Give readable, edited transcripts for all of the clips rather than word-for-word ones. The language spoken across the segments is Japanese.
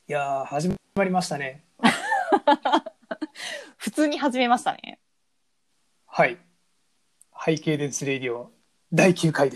いやー、始まりましたね。 普通に始めましたね。 はい。ハイケイデンスレディオ第9回です。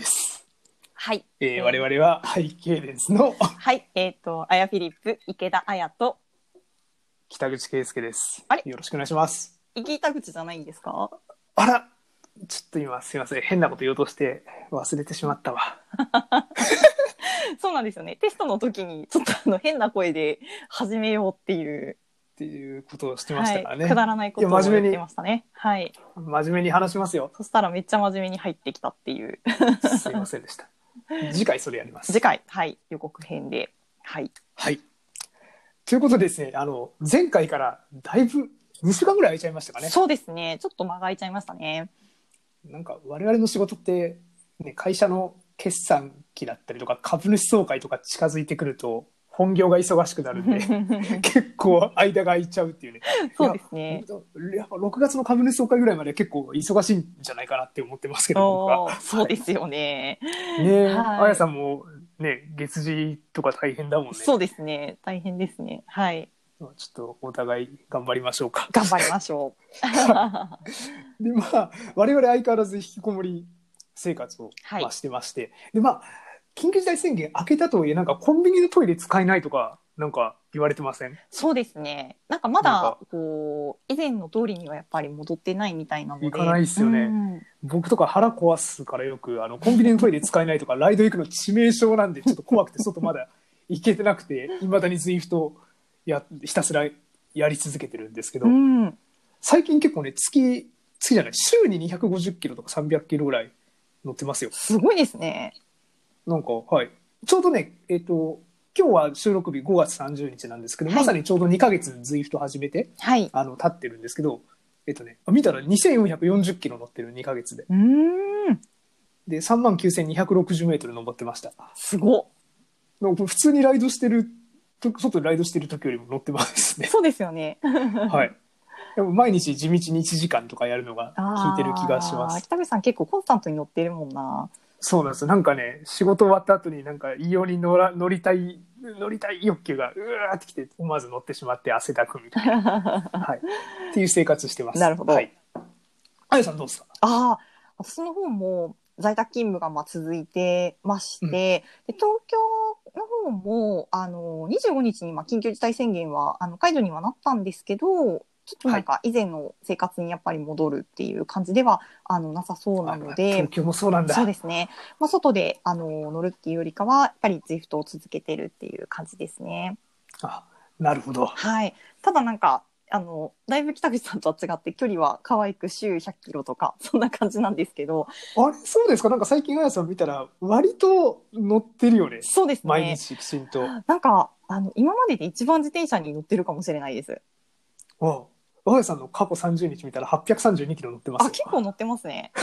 はい。 我々はハイケイデンスのはい。アヤフィリップ、池田彩と、 北口圭介です。 あれよろしくお願いします。 池田口じゃないんですか？ あら、ちょっと今すいません。変なこと言おうとして忘れてしまったわ。 そうなんですよね。テストの時に、ちょっと変な声で始めようっていう、 っていうことをしてましはい。 たからね。 くだらないこいや、 とを言っ真面目に、 てましたね。はい。 真面目に話しますよ。 そしたらめっちゃ真面目に入ってきたっていう。 すいませんでした。次回それやります。 次回、はい。予告編で。はい。 はい。ということでですね、前回からだいぶ2週間ぐらい空いちゃいましたかね。 そうですね。ちょっと間が空いちゃいましたね。 なんか我々の仕事って、ね、会社の決算期だったりとか株主総会とか近づいてくると本業が忙しくなるんで結構間が空いちゃうっていうね。 そうですね。 やっぱ6月の株主総会ぐらいまで結構忙しいんじゃないかなって思ってますけど、僕は。 そうですよね。 ねえ、 はい。 あやさんもね、月次とか大変だもんね。 そうですね。大変ですね。はい。 ちょっとお互い頑張りましょうか。 頑張りましょう。 で、我々相変わらず引きこもり生活を、 はい。 してまして。で、緊急事態宣言明けたとはいえ、なんかコンビニのトイレ使えないとか、なんか言われてません？ そうですね。なんかまだなんか、 こう以前の通りにはやっぱり戻ってないみたいなので、 行かないっすよね。僕とか腹壊すからよく、コンビニのトイレ使えないとか、ライド行くの致命傷なんで、ちょっと怖くて外まだ行けてなくて、未だにZWIFTひたすらやり続けてるんですけど、最近結構ね、月じゃない、週に250キロとか300キロぐらい乗ってますよ。 すごいですね。 なんか、はい。ちょうどね、今日は収録日5月30日なんですけど、 はい、 まさにちょうど2ヶ月ZWIFT始めて、 はい、 経ってるんですけど、見たら2440キロ乗ってる2ヶ月で。で、39,260メートル登ってました。 すご。 なんか普通にライドしてる、外でライドしてる時よりも乗ってますね。 そうですよね。 はい。でも毎日地道に1時間とかやるのが効いてる気がします。 北口さん結構コンスタントに乗ってるもんな。 そうなんですよ。なんかね、仕事終わった後になんか異様に乗りたい欲求がうわーってきて、思わず乗ってしまって汗だくみたいな。はい。っていう生活してます。 なるほど。 はい。あやさんどうですか？ 私の方も在宅勤務が続いてまして、で東京の方も25日に緊急事態宣言は解除にはなったんですけど、ちょっとなんか以前の生活にやっぱり戻るっていう感じではなさそうなので、 東京もそうなんだ。 そうですね。外で乗るっていうよりかはやっぱりZWIFTを続けてるっていう感じですね。 なるほど。 はい。ただなんかだいぶ北口さんとは違って距離は可愛く週100キロとかそんな感じなんですけど。 あれそうですか？なんか最近あやさん見たら割と乗ってるよね。 そうですね。 毎日きちんと。 なんか今までで一番自転車に乗ってるかもしれないです。 あやさんの過去30日見たら832キロ乗ってますよ。 結構乗ってますね。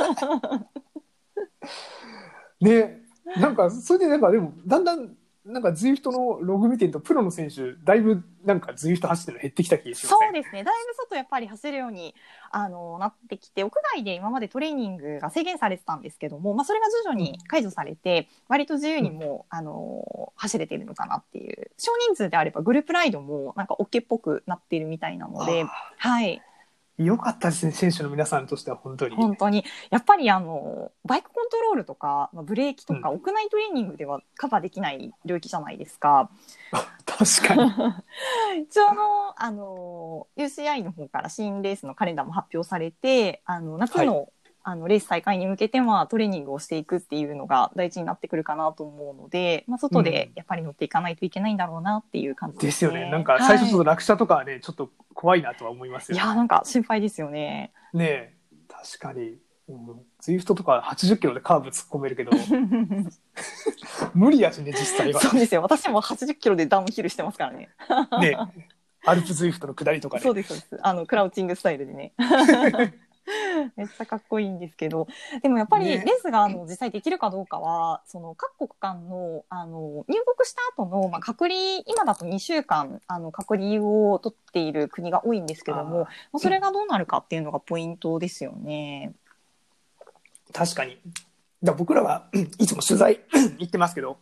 ね、なんかそれでなんかでもだんだんなんかZWIFTのログ見てるとプロの選手だいぶなんかZWIFT走ってるの減ってきた気がしますね。 そうですね。だいぶ外やっぱり走るようになってきて、屋外で今までトレーニングが制限されてたんですけども、それが徐々に解除されて、割と自由にも走れてるのかなっていう。少人数であればグループライドもなんか OK っぽくなっているみたいなので、はい。 良かったですね、選手の皆さんとしては。本当にやっぱりバイクコントロールとかブレーキとか、屋内トレーニングではカバーできない領域じゃないですか。 確かに。 一応UCI の方から新レースのカレンダーも発表されて、夏の、レース再開に向けてトレーニングをしていくっていうのが大事になってくるかなと思うので、外でやっぱり乗っていかないといけないんだろうなっていう感じですね。 ですよね。なんか最初ちょっと落車とかはね、ちょっと怖いなとは思いますよね。 いやなんか心配ですよね。 ねえ、確かに。ZWIFT とか80キロでカーブ突っ込めるけど無理やしね、実際は。 そうですよ。私も80キロでダウンヒルしてますからね。 ねえ、アルプZWIFTの下りとかね。 そうですそうです。クラウチングスタイルでね。めっちゃかっこいいんですけど、でもやっぱりレースが実際できるかどうかは、その各国間の入国した後の隔離、今だと2週間隔離を取っている国が多いんですけども、それがどうなるかっていうのがポイントですよね。 確かに。僕らはいつも取材行ってますけど、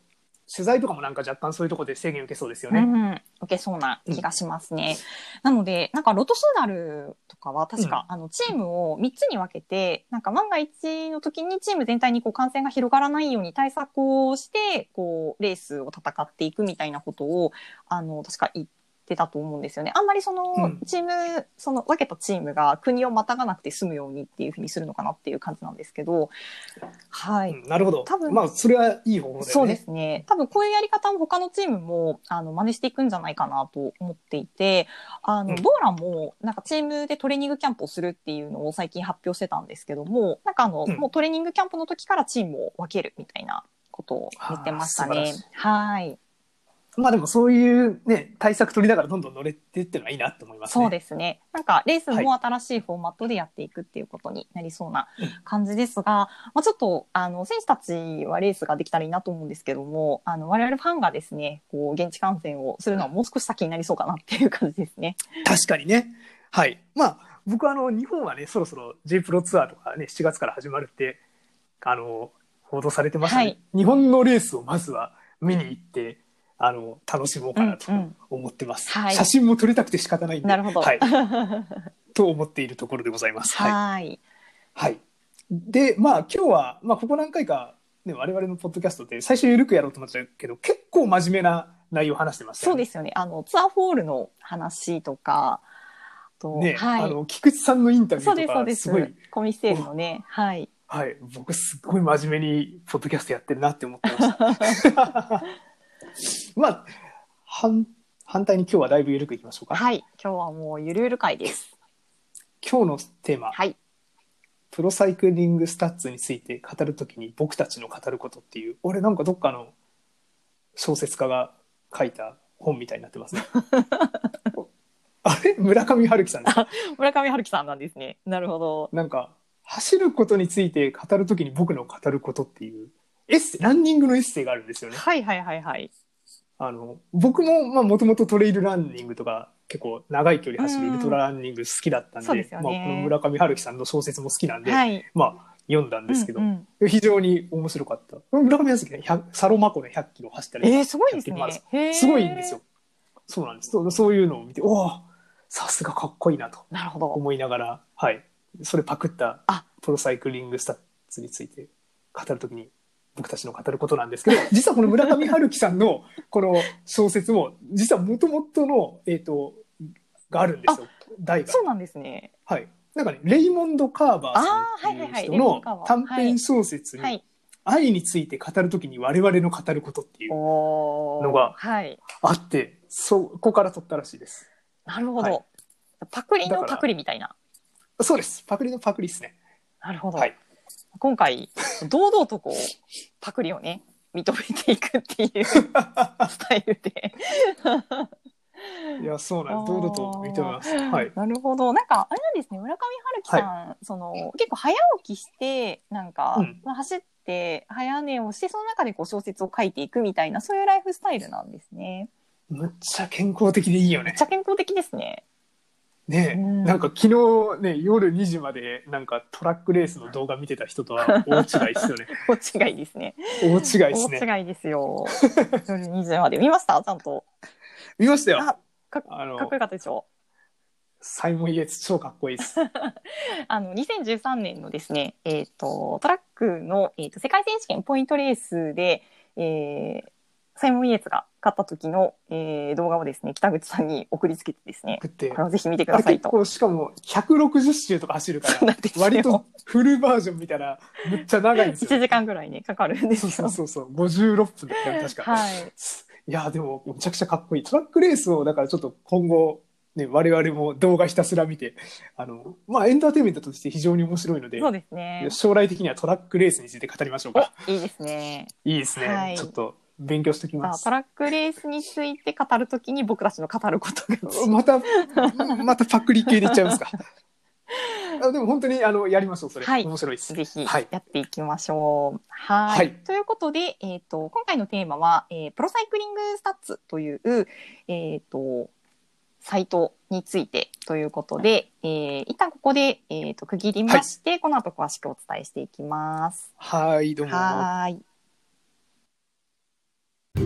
取材とかもなんか若干そういうところで制限受けそうですよね。 うん、受けそうな気がしますね。なので、なんかロトスーダルとかは確か、チームを3つに分けて、なんか万が一の時にチーム全体にこう感染が広がらないように対策をして、こう、レースを戦っていくみたいなことを、確か言ってたと思うんですよね。あんまりそのチーム、その分けたチームが国をまたがなくて済むようにっていうふうにするのかなっていう感じなんですけど、はい。 なるほど。 多分まあ、それはいい方法だよね。 そうですね。多分こういうやり方も他のチームも真似していくんじゃないかなと思っていて、ボーラもなんかチームでトレーニングキャンプをするっていうのを最近発表してたんですけども、なんかもうトレーニングキャンプの時からチームを分けるみたいなことを言ってましたね。はい。 まあでもそういうね、対策取りながらどんどん乗れてっていうのはいいなと思いますね。 そうですね。なんかレースも新しいフォーマットでやっていくっていうことになりそうな感じですが、まあ、ちょっと選手たちはレースができたらいいなと思うんですけども、我々ファンがですね、こう現地観戦をするのはもう少し先になりそうかなっていう感じですね。 確かにね。はい。まあ僕は日本はね、そろそろ J プロツアーとかね、7月から始まるって報道されてましたね。はい、日本のレースをまずは見に行って。楽しもうかなと思ってます、はい、写真も撮りたくて仕方ないんで、 なるほど、 はい、と思っているところでございます。 はい、 はい、でまあ今日は、まあ、ここ何回か、ね、我々のポッドキャストで最初緩くやろうと思ったけど結構真面目な内容を話してましたよね。 そうですよね。ツアーホールの話とかね、はい、菊池さんのインタビューとかすごいコミステールのね、はい、 はい、僕すごい真面目にポッドキャストやってるなって思ってましたまあ反対に今日はだいぶ緩くいきましょうか。 はい、今日はもうゆるゆる回です。 今日のテーマ、 はい、 プロサイクリングスタッツについて語るときに僕たちの語ることっていう、俺なんかどっかの小説家が書いた本みたいになってますねあれ村上春樹さんですか村上春樹さんなんですね。なるほど。 なんか走ることについて語るときに僕の語ることっていうエッセイ、ランニングのエッセイがあるんですよね。 はいはいはいはい。 僕ももともとトレイルランニングとか結構長い距離走るウルトラランニング好きだったんで、 そうですよね。 まあ、この村上春樹さんの小説も好きなんで、 はい、 まあ読んだんですけど、非常に面白かった。村上春樹ね、サロマ湖で100キロ走ったり、 すごいですね。 すごいんですよ。そうなんです。そういうのを見て、おお、さすがかっこいいなと思いながら、はい、それパクったプロサイクリングスタッツについて語るときに僕たちの語ることなんですけど、実はこの村上春樹さんのこの小説も実はもともとのがあるんですよ。題が。 そうなんですね。 はい。なんかね、レイモンド・カーバーさんっていう人の短編小説に愛について語るときに我々の語ることっていうのがあって、そこから取ったらしいです。 なるほど。はい、パクリのパクリみたいな。 そうです。パクリのパクリですね。 なるほど。はい、今回堂々とこうパクリをね認めていくっていうスタイルでいやそうなんです。堂々と認めます。はい。 なるほど。なんかあれなんですね。村上春樹さん、はい、その結構早起きしてなんか、走って早寝をしてその中でこう小説を書いていくみたいなそういうライフスタイルなんですね。 むっちゃ健康的でいいよね。 めっちゃ健康的ですね。 ねえ、なんか昨日ね夜2時までなんかトラックレースの動画見てた人とは大違いですよね。 大違いですね。 大違いですね。 大違いですよ。夜2時まで見ましたちゃんと。 見ましたよ。 かっこよかったでしょ。 サイモン・イエーツ超かっこいいです。 2013年のですね、トラックの、世界選手権ポイントレースで、サイモン・イエーツが勝った時の、動画をですね北口さんに送りつけてですね、これをぜひ見てくださいと。 結構しかも160周とか走るから割とフルバージョン見たらむっちゃ長いんですよ、 1時間ぐらいねかかるんですよ。 そう56分だったよ確か。 はい。 いやでもめちゃくちゃかっこいいトラックレースをだからちょっと今後ね我々も動画ひたすら見てまあエンターテインメントとして非常に面白いので、 そうですね。 将来的にはトラックレースについて語りましょうか。 いいですね。 いいですね。はい、ちょっと勉強しておきます。 トラックレースについて語るときに僕たちの語ることがまたパクリ系でいっちゃいますか。でも本当にやりましょうそれ、はい、面白いです。 ぜひやっていきましょう。はい、ということで、今回のテーマは、プロサイクリングスタッツという、サイトについてということで、一旦ここで、区切りまして、この後詳しくお伝えしていきます。 はい、どうも。 はい。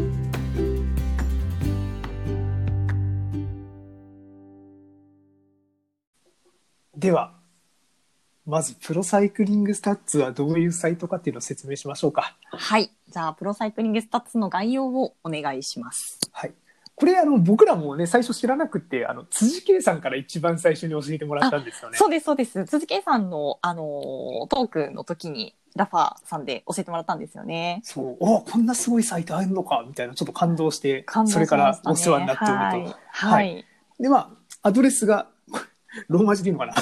ではまずプロサイクリングスタッツはどういうサイトかっていうのを説明しましょうか。 はい。じゃあ、プロサイクリングスタッツの概要をお願いします。 はい。これ僕らもね最初知らなくて辻圭さんから一番最初に教えてもらったんですよね。 そうですそうです。辻圭さんのトークの時にラファさんで教えてもらったんですよね。 そうこんなすごいサイトあるのかみたいなちょっと感動して、それからお世話になっておると。 はい。はい。 でアドレスがローマ字でいいのかな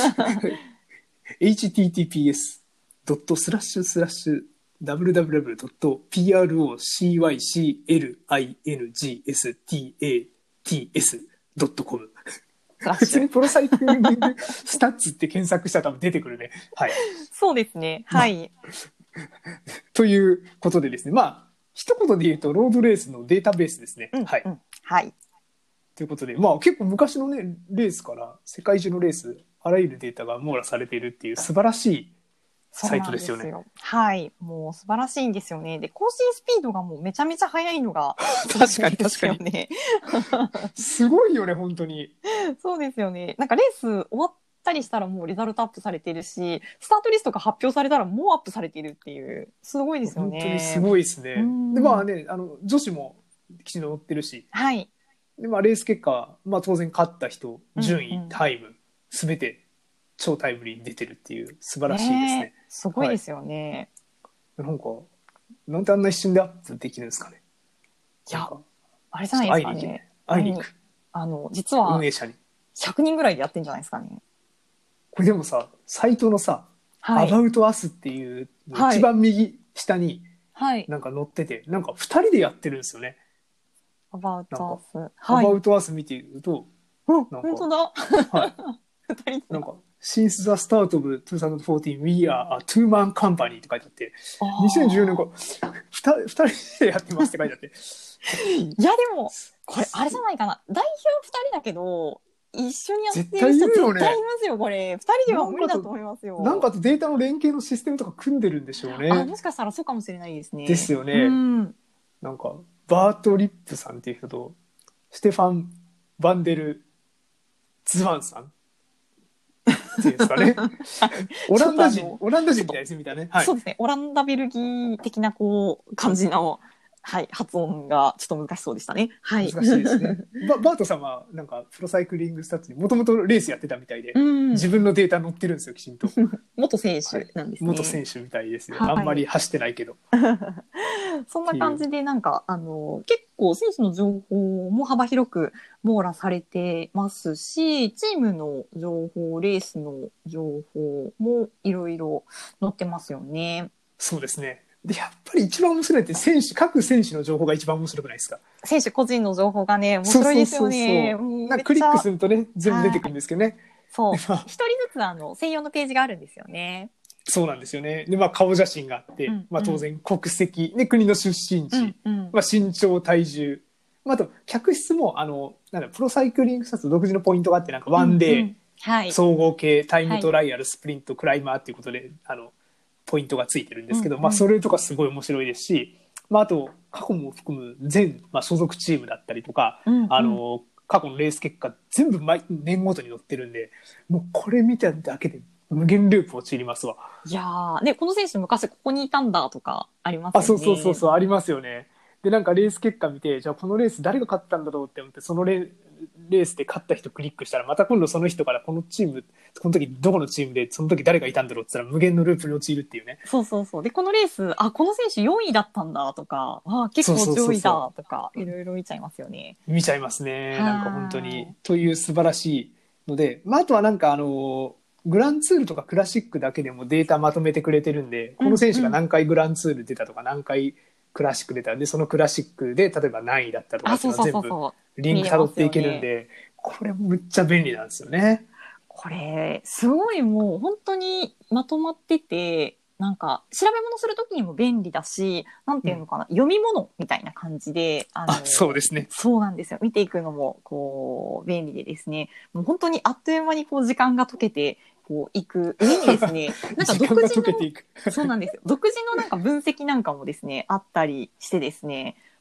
https://www.procyclingstatscom 普通にプロサイクリングスタッツって検索したら多分出てくるね。はい。 そうですね。はい。 ということでですね。一言で言うとロードレースのデータベースですね。はい。 はい。 ということで、結構昔のねレースから世界中のレースあらゆるデータが網羅されているっていう素晴らしいサイトですよね。 はい、もう素晴らしいんですよね。で、更新スピードがもうめちゃめちゃ速いのが確かに確かにすごいよね本当に。 そうですよね。なんかレース終わったりしたらもうリザルトアップされているし、スタートリストが発表されたらもうアップされているっていうすごいですよね。 本当にすごいですね。でね女子もきちんと乗ってるし、 はい。 でレース結果は、当然勝った人順位、タイムすべて超タイムリーに出てるっていう素晴らしいですね。 すごいですよね。 なんかなんであんな一瞬でアップできるんですかね。 いや、あれじゃないですかね。 会いに行く。 実は運営者に 100人ぐらいでやってんじゃないですかね。 これでもさ、サイトのさ、アバウトアスっていう一番右下になんか載ってて、なんか2人でやってるんですよね。 アバウトアス。 アバウトアス見てると、 本当だ。 はい。なんかSince the start of 2014, we are a two-man company って書いてあって、2014年2人でやってますって書いてあって。 いやでも、これあれじゃないかな。代表2人だけど、一緒にやってる人絶対いますよ、これ。2人では無理だと思いますよ。 なんかとデータの連携のシステムとか組んでるんでしょうね。 もしかしたらそうかもしれないですね。 ですよね。なんか、バート・リップさんっていう人と、ステファン・バンデル・ズワンさんっていうんですかね。オランダ人みたいですみたいなね。 そうですね。オランダベルギー的な感じの、発音がちょっと難しそうでしたね。 難しいですね。バートさんはなんかプロサイクリングスタッツにもともとレースやってたみたいで、自分のデータ載ってるんですよきちんと。 元選手なんですね。 元選手みたいですよ。あんまり走ってないけど。 そんな感じでなんか結構選手の情報も幅広く網羅されてますし、チームの情報、レースの情報もいろいろ載ってますよね。 そうですね。でやっぱり一番面白いって各選手の情報が一番面白くないですか。 選手個人の情報がね面白いですよね。 なんかクリックするとね全部出てくるんですけどね。 そう一人ずつ専用のページがあるんですよね。 そうなんですよね。で顔写真があって、当然国籍、ね、国の出身地、身長体重、あと客室もプロサイクリングスタッツ独自のポイントがあって、なんかワンデー、総合系タイムトライアル、スプリントクライマーっていうことでポイントがついてるんですけど、それとかすごい面白いですし、あと過去も含む全、所属チームだったりとか、過去のレース結果全部年ごとに載ってるんで、もうこれ見ただけで無限ループ陥りますわ。 いやー、この選手昔ここにいたんだとかありますよね。 そうありますよね。でなんかレース結果見て、じゃあこのレース誰が勝ったんだろうって思って、そのレースで勝った人クリックしたら、また今度その人からこのチーム、この時どこのチームでその時誰がいたんだろうって言ったら無限のループに陥るっていうね。 そうでこのレースこの選手4位だったんだとか結構上位だとかいろいろ見ちゃいますよね。 見ちゃいますね。なんか本当にという素晴らしいので、あとはなんかグランツールとかクラシックだけでもデータまとめてくれてるんで、この選手が何回グランツール出たとか何回クラシック出たんで、そのクラシックで例えば何位だったとかっていうのは全部リンク辿っていけるんで、これむっちゃ便利なんですよね。 これすごいもう本当にまとまってて、なんか調べ物するときにも便利だし、なんていうのかな、読み物みたいな感じでそうですね。 そうなんですよ。見ていくのも便利でですね、もう本当にあっという間に時間が解けていく上にですね、なんか独自のそうなんですよ。独自のなんか分析なんかもですねあったりしてですね、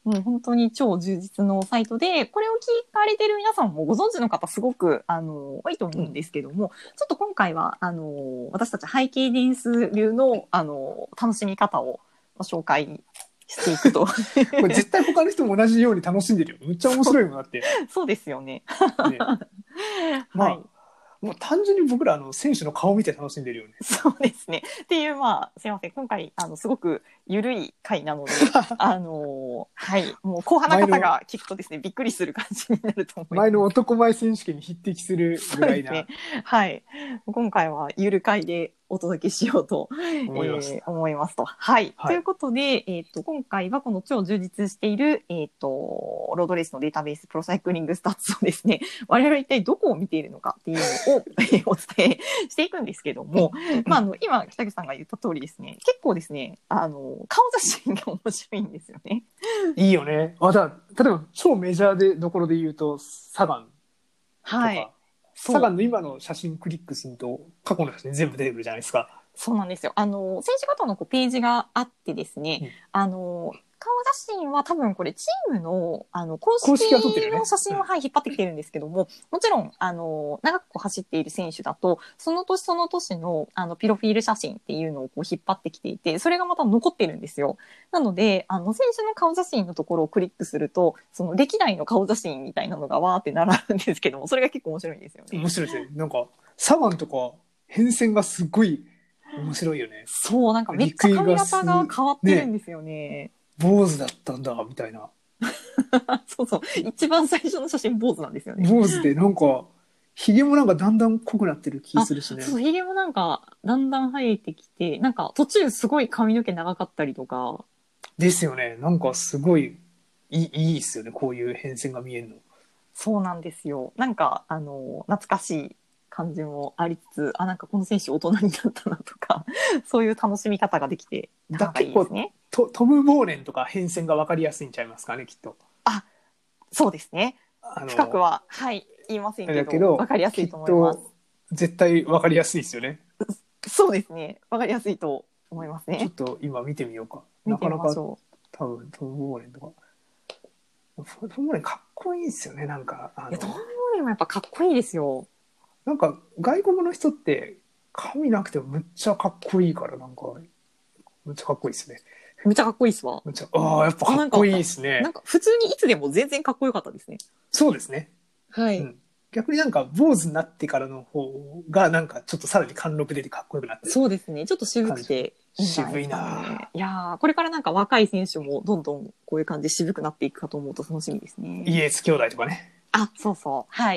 もう本当に超充実のサイトで、これを聞かれてる皆さんもご存知の方すごく、多いと思うんですけども、ちょっと今回は、私たち背景デンス流の、楽しみ方を紹介していくと。 これ絶対他の人も同じように楽しんでるよ。めっちゃ面白いもんだって。 そうですよね。 ねまあ、はい、もう単純に僕ら選手の顔見て楽しんでるよね。 そうですね。っていう、すいません。今回、すごく緩い回なので、はい。もう後半の方が聞くとですね、びっくりする感じになると思います。 前の男前選手権に匹敵するぐらいな。 ね、はい。今回はゆる回でお届けしようと思いますと。はい。はい、ということで、今回はこの超充実している、ロードレースのデータベースプロサイクリングスタッツをですね、我々一体どこを見ているのかっていうのをお伝えしていくんですけども、今、北口さんが言った通りですね、結構ですね、顔写真が面白いんですよね。 いいよね。例えば超メジャーでどころで言うと、サガンとか。はい。サガンの今の写真クリックすると過去の写真全部出てくるじゃないですか。 そうなんですよ。選手方のページがあってですね、顔写真は多分これチームの公式の写真を、引っ張ってきてるんですけども、もちろん長く走っている選手だとその年その年のプロフィール写真っていうのを引っ張ってきていて、それがまた残ってるんですよ。なので選手の顔写真のところをクリックすると、その歴代の顔写真みたいなのがわーって並ぶんですけども、それが結構面白いんですよね。 面白いですね。なんかサガンとか変遷がすごい面白いよね。 そう、なんかめっちゃ髪型が変わってるんですよね。 坊主だったんだみたいな。 そうそう、一番最初の写真坊主なんですよね。 坊主でなんかひげもなんかだんだん濃くなってる気するしね。 そう、ひげもなんかだんだん生えてきて、なんか途中すごい髪の毛長かったりとか。 ですよね。なんかすごいいいですよね。こういう変遷が見えるの。 そうなんですよ。なんか懐かしい感じもありつつ、なんかこの選手大人になったなとか、そういう楽しみ方ができて、 結構ね。トム・ボーネンとか変遷が分かりやすいんちゃいますかね、きっと。 そうですね。深くは、言いませんけど、分かりやすいと思います。 絶対分かりやすいですよね。 そうですね。分かりやすいと思いますね。 ちょっと今見てみようか。なかなか多分トム・ボーネンとか。トム・ボーネンかっこいいですよね、なんか。 トム・ボーネンもやっぱかっこいいですよ。 なんか外国の人って髪なくてもむっちゃかっこいいから、なんかむっちゃかっこいいですね。 めっちゃかっこいいっすわ。 やっぱかっこいいですね。 なんか普通にいつでも全然かっこよかったですね。 そうですね。 はい。 逆になんか坊主になってからの方がなんかちょっとさらに貫禄出てかっこよくなってる。 そうですね。ちょっと渋くていいんじゃないですかね。いやー、これからなんか若い選手もどんどんこういう感じで渋くなっていくかと思うと楽しみですね。 イエース兄弟とかね。 そうそう。はい。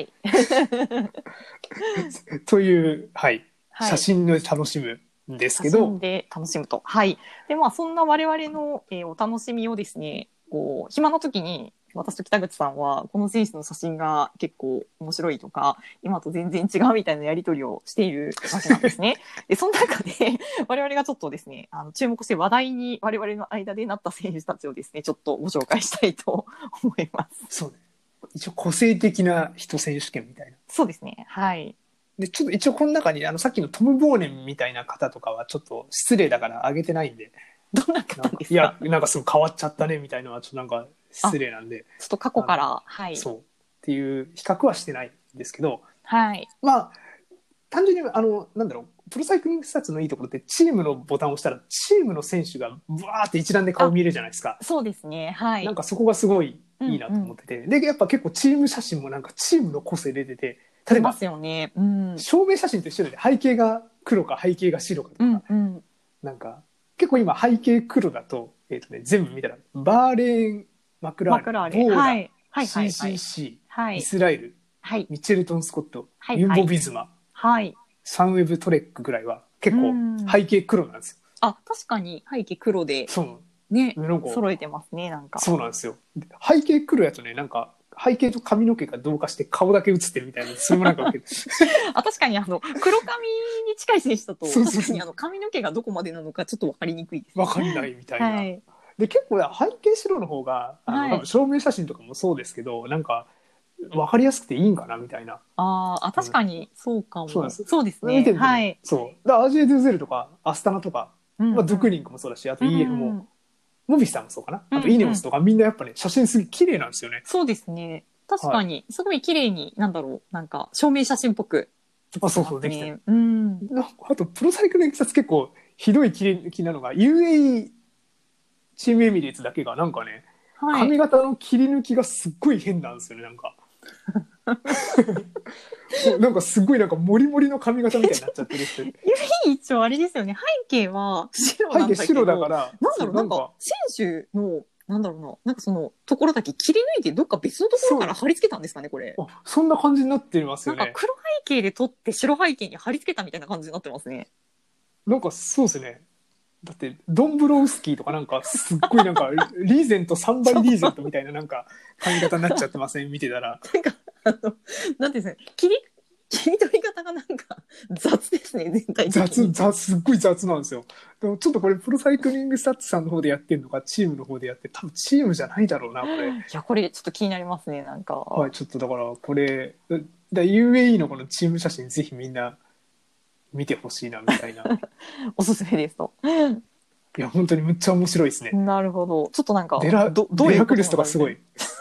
という、写真で楽しむんですけど。 写真で楽しむと。はい。で、そんな我々の、お楽しみをですね、暇な時に、私と北口さんは、この選手の写真が結構面白いとか、今と全然違うみたいなやり取りをしているわけなんですね。で、その中で、我々がちょっとですね、注目して話題に我々の間でなった選手たちをですね、ちょっとご紹介したいと思います。 そうね。一応個性的な人選手権みたいな。 そうですね。はい。 で、ちょっと一応この中に、さっきのトム・ボーネンみたいな方とかはちょっと失礼だから挙げてないんで。 どんな方ですか？ いや、なんかすごい変わっちゃったねみたいなのはちょっとなんか失礼なんで。 ちょっと過去から、 そう。っていう比較はしてないんですけど。 はい。 単純になんだろう、プロサイクリングスタッツのいいところってチームのボタンを押したらチームの選手がブワーって一覧で顔見えるじゃないですか。 そうですね。はい。 なんかそこがすごいいいなと思ってて、でやっぱ結構チーム写真もなんかチームの個性出てて、例えばますよね。 証明写真と一緒で背景が黒か背景が白かとか、なんか結構今背景黒だと全部見たらバーレーン、マクラーレン、ボーダ、CCC、イスラエル、ミッチェルトン・スコット、ユンボ・ビズマ、サンウェブ・トレックぐらいは結構背景黒なんですよ。 確かに背景黒でそうね、揃えてますね。なんかそうなんですよ。背景黒やとね、なんか背景と髪の毛が同化して顔だけ映ってるみたいな、それもなんか受けて確かに黒髪に近い選手だと確かに髪の毛がどこまでなのかちょっと分かりにくいです。 分かんないみたいな、で結構背景白の方が多分証明写真とかもそうですけど、なんか分かりやすくていいんかなみたいな。 確かにそうかも。そうですね。 見てみてそうだから RJ ドゥゼルとかアスタナとか、ドゥクリンクもそうだし、あと EF もモビスさんもそうかな、あとうんうんイネオスとかみんなやっぱね写真すげえ綺麗なんですよね。 そうですね。確かに、すごい綺麗に、なんだろう、なんか、証明写真っぽく撮ってますね。 そうそうできてる。 うん。 あとプロサイクルのいきさつ結構ひどい切りなのが UAE チームエミレーツだけがなんかね、 はい。 髪型の切り抜きがすっごい変なんですよね、なんか。なんかすごいなんかモリモリの髪型みたいになっちゃってるって。 一応あれですよね。背景は白なんだけど。 背景白だから。 なんだろう、なんか、選手の、なんだろうな、なんかそのところだけ切り抜いてどっか別のところから貼り付けたんですかね、これ。 あ、そんな感じになってますよね。 なんか黒背景で撮って白背景に貼り付けたみたいな感じになってますね。 なんかそうですね。だってドンブロウスキーとかなんかすっごいなんかリーゼント3倍リーゼントみたいななんか髪型になっちゃってません見てたら。 なんかなんていうんですかね、切り取り方がなんか雑ですね、全体的に。 すっごい雑なんですよ。でもちょっとこれプロサイクリングスタッツさんの方でやってるのかチームの方でやって多分チームじゃないだろうなこれ。 いや、これちょっと気になりますね、なんか。 はい、ちょっとだからこれUAE のこのチーム写真ぜひみんな見てほしいなみたいな。 おすすめですと。 いや本当にむっちゃ面白いですね。 なるほど。ちょっっとなんかデラクルスとかすごい。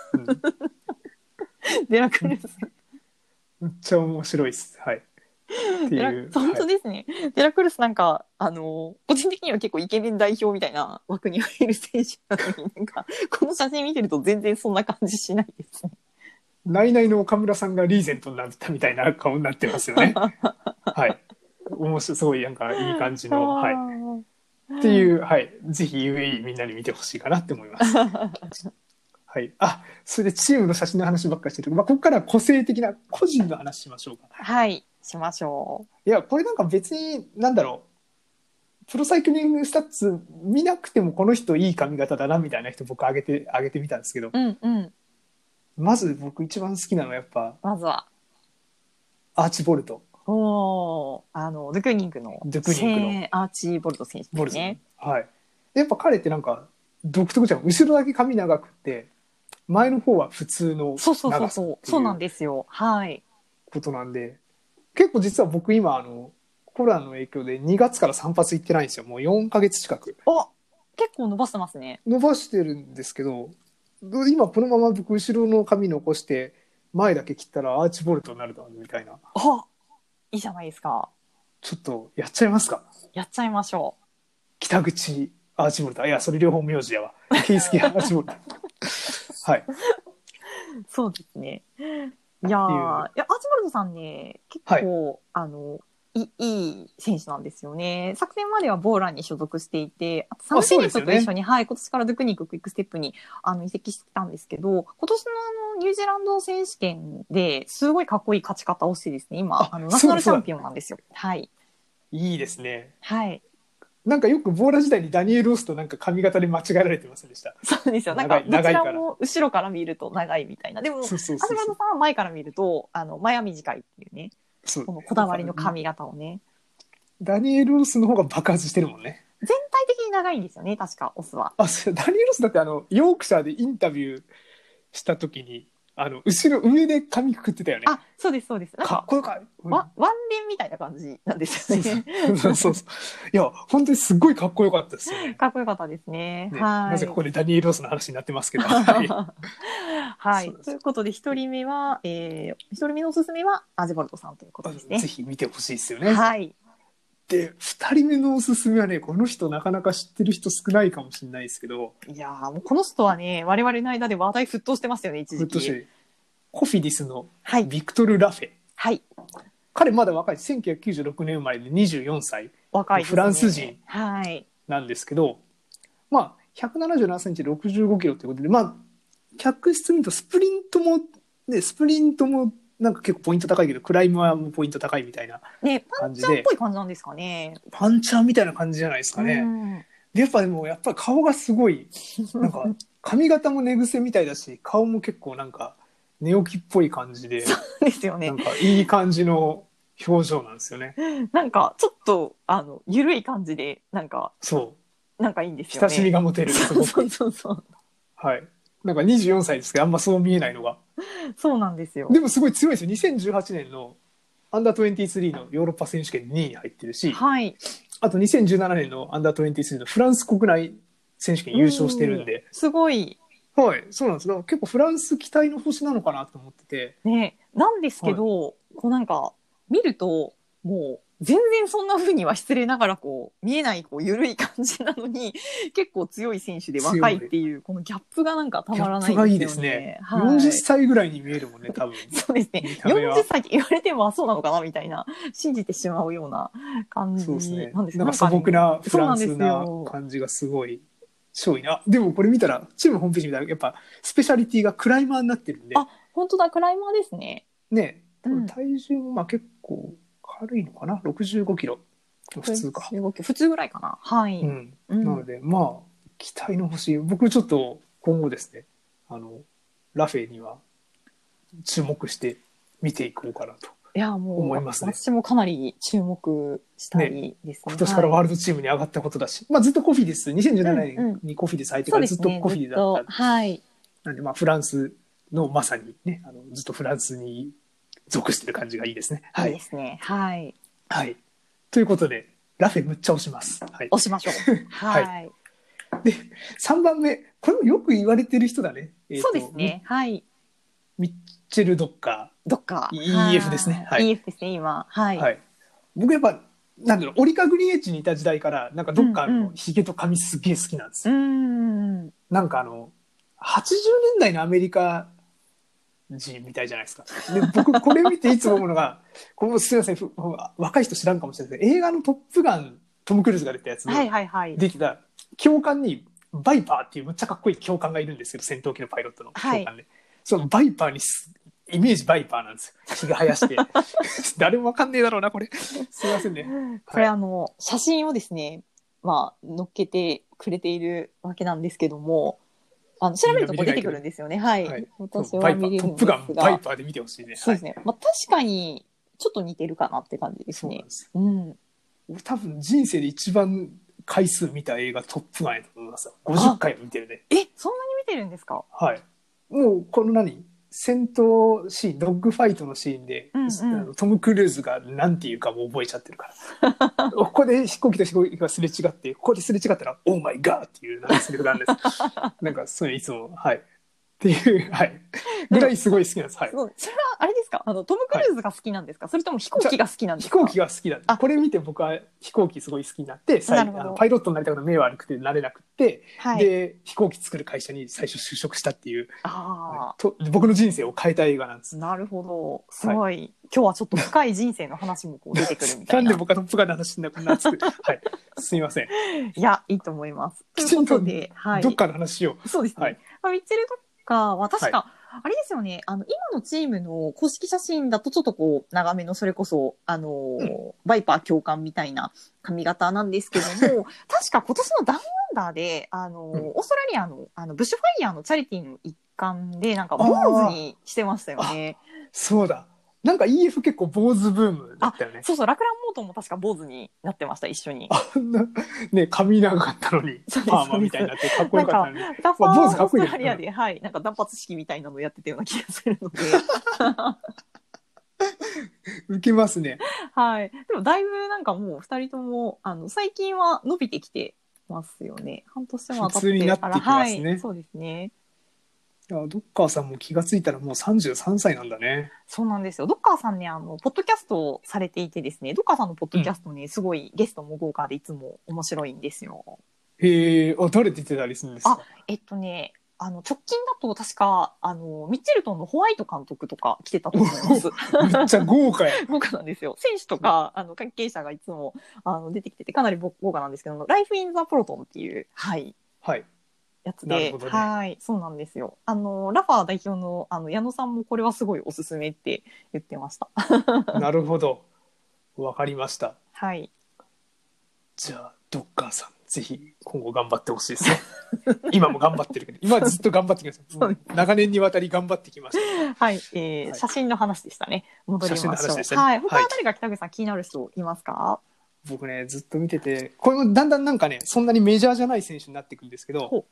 デラクルス。 めっちゃ面白いです。はい。っていう。 本当ですね。はい、デラクルスなんか個人的には結構イケメン代表みたいな枠に入る選手なのになんかこの写真見てると全然そんな感じしないですね。 ナイナイの岡村さんがリーゼントになったみたいな顔になってますよね。はい。面白い、すごいなんかいい感じの、はい。っていう、はい。ぜひ UAE みんなに見てほしいかなって思います。はい。あ、それでチームの写真の話ばっかりしてる。まあ、ここから個性的な個人の話しましょうか。 はい、しましょう。いや、これなんか別に、なんだろう。プロサイクリングスタッツ見なくてもこの人いい髪型だなみたいな人僕上げてみたんですけど。 うんうん。 まず僕一番好きなのはやっぱ。 まずは。 アーチボルト。 ドゥクニングのアーチボルト選手ですね。 はい。やっぱ彼ってなんか独特じゃん。後ろだけ髪長くて前の方は普通の長さそうなんですよ。はい。 ことなんで結構実は僕今コロナの影響で2月から散髪行ってないんですよ。もう4ヶ月近く。 結構伸ばしてますね。 伸ばしてるんですけど今このまま僕後ろの髪残して前だけ切ったらアーチボルトになるだみたいな。 いいじゃないですか。 ちょっとやっちゃいますか。 やっちゃいましょう。 北口アーチボルト。いやそれ両方名字やわ。ケイスケアーチボルト。はい。 そうですね。いやアーチボルトさんね結構、いい選手なんですよね。昨年まではボーランに所属していて、あとサム・ベネットと一緒に、今年からドゥクニッククイックステップに移籍してたんですけど、今年のニュージーランド選手権ですごいかっこいい勝ち方をしてですね、今ナショナルチャンピオンなんですよ。はい。 いいですね。 はい。 なんかよくボーラ時代にダニエル・ロスとなんか髪型で間違えられてませんでした。 そうですよ。なんかどちらも後ろから見ると長いみたいな。でもアシュバルトさんは前から見ると前は短いっていうね。このこだわりの髪型をね。 ダニエル・ロスの方が爆発してるもんね。 全体的に長いんですよね、確かオスは。 ダニエル・ロスだってヨークシャーでインタビューした時に上で髪くくってたよね。 そうですそうです。なんかかっこよかい。 ワンレンみたいな感じなんですよね。 そう。いや本当にすごいかっこよかったですよね。 かっこよかったですね。はい。 なぜここでダニエル・ロスの話になってますけど。 はい。ということで一人目のおすすめはアーチボルトさんということですね。 ぜひ見てほしいですよね。 はい。 で2人目のおすすめはね、この人なかなか知ってる人少ないかもしれないですけど、 いやもうこの人はね我々の間で話題沸騰してますよね、一時期。 コフィディスのビクトル・ラフェ。 はい。 彼まだ若い。1996年生まれで24歳。 若いですね。 フランス人なんですけど、 はい、 まあ177センチ65キロということで、まあ客室見るとスプリントもなんか結構ポイント高いけどクライムはもうポイント高いみたいな感じで、パンチャーっぽい感じなんですかね。 パンチャーみたいな感じじゃないですかね。でやっぱり顔がすごいなんか髪型も寝癖みたいだし、顔も結構なんか寝起きっぽい感じで、 そうですよね。 なんかいい感じの表情なんですよね。 なんかちょっと緩い感じでなんかなんかいいんですよね。 親しみが持てる。すごく。 そう。 はい。なんか24歳ですけどあんまそう見えないのが。 そうなんですよ。 でもすごい強いですよ。2018年のアンダー23のヨーロッパ選手権2位に入ってるし、 はい。 あと2017年のアンダー23のフランス国内選手権優勝してるんで、 すごい。 はい、そうなんです。だから結構フランス期待の星なのかなと思ってて。 ね、なんですけど、こうなんか見るともう全然そんな風には失礼ながらこう見えないこう緩い感じなのに結構強い選手で若いっていうこのギャップがなんかたまらないですよね。 ギャップがいいですね。 はい、 40歳ぐらいに見えるもんね、多分。 そうですね。40歳って言われてもそうなのかなみたいな信じてしまうような感じそうですね。 なんです。 なんか素朴なフランスな感じがすごい超いいな。でもこれ見たらチームホームページ見たらやっぱスペシャリティがクライマーになってるんで。 あ、本当だ、クライマーですね。 ね、体重もまあ結構軽いのかな、65キロ。普通か。 普通ぐらいかな。はい。 なので、まあ、期待の星、僕ちょっと今後ですね、ラフェには注目して見ていこうかなと思いますね。 私もかなり注目したいですね。 今年からワールドチームに上がったことだし、まあずっとコフィデス、2017年にコフィデス相手からずっとコフィデスだった。 はい。 なんで、まあフランスのまさにね、ずっとフランスに属してる感じがいいですね。 はい。いいですね。はい。 はい。ということで、ラフェむっちゃ押します。はい。 押しましょう。はい。 で、3番目、これもよく言われてる人だね。 そうですね。はい。 ミッチェル・ドッカー。 ドッカー。 EF ですね。 はい。EF ですね、今。はい。 はい。僕やっぱ、なんだろう、オリカ・グリエッジにいた時代から、なんかドッカーのヒゲと髪すげえ好きなんですよ。なんか80年代のアメリカ人みたいじゃないですか。で、僕これ見ていつも思うのが、これすみません、若い人知らんかもしれないですけど、映画のトップガン、トム・クルーズが出たやつで、できた教官にバイパーっていうむっちゃかっこいい教官がいるんですけど、戦闘機のパイロットの教官で。そのバイパーにイメージバイパーなんですよ。ひげ生やして。誰もわかんねえだろうな、これ。すいませんね。 これ写真をですね、まあ、載っけてくれているわけなんですけども、調べるとこう出てくるんですよね。はい。 私は見れるんですが。トップガン、バイパーで見てほしいね。 そうですね。まあ、確かに、ちょっと似てるかなって感じですね。 俺多分人生で一番回数見た映画トップガンやと思いますよ。50回も見てるね。 そんなに見てるんですか？ はい。もう、この戦闘シーン、ドッグファイトのシーンで、トム・クルーズが何て言うかも覚えちゃってるから。ここで飛行機と飛行機がすれ違って、ここですれ違ったら、オーマイガーっていうセリフがあるんです。なんかそういういつも、はい。っていう、はい。ぐらいすごい好きなんです。はい。 それはあれですか？トム・クルーズが好きなんですか？それとも飛行機が好きなんですか？ 飛行機が好きなんです。これ見て僕は飛行機すごい好きになって、パイロットになりたくて目悪くてなれなくて、で、飛行機作る会社に最初就職したっていう、僕の人生を変えた映画なんです。 なるほど。すごい。今日はちょっと深い人生の話もこう出てくるみたいな。 なんで僕はトップガンの話になくなってはい。すみません。 いや、いいと思います。 きちんとどっかの話しよう。そうですね。ミッチェル・ドッカーは確か、あれですよね、今のチームの公式写真だとちょっとこう、長めのそれこそ、バイパー教官みたいな髪型なんですけども、確か今年のダウンアンダーで、オーストラリアの、ブッシュファイヤーのチャリティーの一環で、なんか、坊主にしてましたよね。 そうだ。なんか EF 結構坊主ブームだったよね。 そうそう、ラクランモートンも確か坊主になってました、一緒に。 あんな、ね、髪長かったのに、パーマみたいになってかっこよかったのに。 なんか、坊主かっこいい。オーストラリアで、はい、なんか断髪式みたいなのやってたような気がするので。 受けますね。 はい。でもだいぶなんかもう二人とも、最近は伸びてきてますよね。半年も普通になってきますね。 そうですね。 ドッカーさんも気がついたらもう33歳なんだね。 そうなんですよ。ドッカーさんね、ポッドキャストをされていてですね、ドッカーさんのポッドキャストね、すごいゲストも豪華でいつも面白いんですよ。 へえ、誰出てたりするんですか？ 直近だと確か、ミッチェルトンのホワイト監督とか来てたと思います。 めっちゃ豪華や。 豪華なんですよ。選手とか、関係者がいつも、出てきてて、かなり豪華なんですけど、ライフ・イン・ザ・プロトンっていう、はい。 はい。 やつで、ね、はい、そうなんですよ。ラファー代表の矢野さんもこれはすごいおすすめって言ってました。 なるほど、わかりました。 はい。 じゃあドッカーさんぜひ今後頑張ってほしいですね。今も頑張ってるけど、今ずっと頑張ってきました。長年にわたり頑張ってきました。 はい、写真の話でしたね。戻りましょう。写真の話でしたね。はい。他は誰が北口さん気になる人いますか？ 僕ねずっと見てて、これもだんだんなんかねそんなにメジャーじゃない選手になっていくんですけど。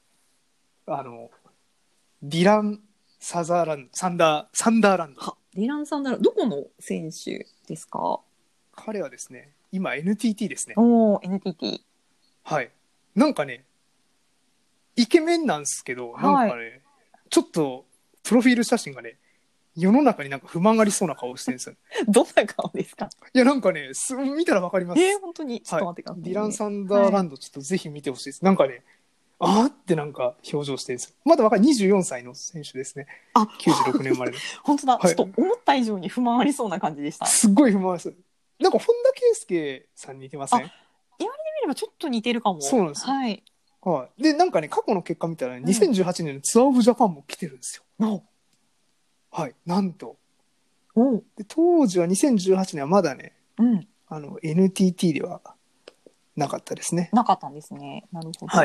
ディラン・サンダーランド。 ディラン・サンダーランド。どこの選手ですか？ 彼はですね、今 NTT ですね。 おー、NTT。 はい。なんかね、 イケメンなんですけど、 はいなんかね、ちょっとプロフィール写真がね、世の中になんか不満がありそうな顔してるんですよ。 どんな顔ですか？ いや、なんかね、見たらわかります。 本当にちょっと待ってくださいね、 ディラン・サンダーランド、ちょっとぜひ見てほしいです。なんかね、あーってなんか表情してるんですよ。まだ若い24歳の選手ですね。 あ、 96年生まれの。 本当だ、 はいちょっと思った以上に不満ありそうな感じでした。 すっごい不満です。なんか本田圭佑さんに似てません？ 見ればちょっと似てるかも。 そうなんですよ。 はい。 はい。で、なんかね、過去の結果見たら、ね、2018年のツアーオブジャパンも来てるんですよ。はい。なんと。で当時は2018年はまだね、NTT ではなかったですね。 なかったんですね。なるほど。 はい。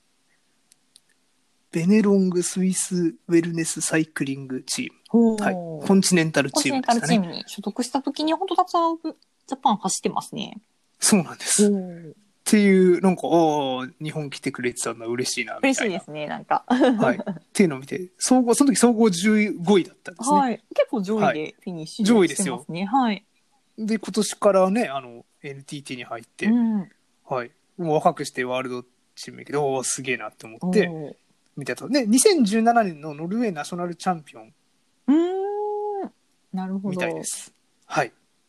ベネロングスイスウェルネスサイクリングチーム。はい。コンチネンタルチームですかね。 コンチネンタルチームに所属した時に本当ツアーオブジャパン走ってますね。 そうなんです。っていう、なんか、日本来てくれてたんだ、嬉しいな、みたいな。 嬉しいですね、なんか。 はい。っていうのを見て、その時総合15位だったんですね。 はい。結構上位でフィニッシュしてますね。 上位ですよ。 はい。 で、今年からね、NTT に入って、はい。もう若くしてワールドチームけど、すげえなって思って、見てた。で、2017年のノルウェーナショナルチャンピオン。 なるほど。 みたいです。はい。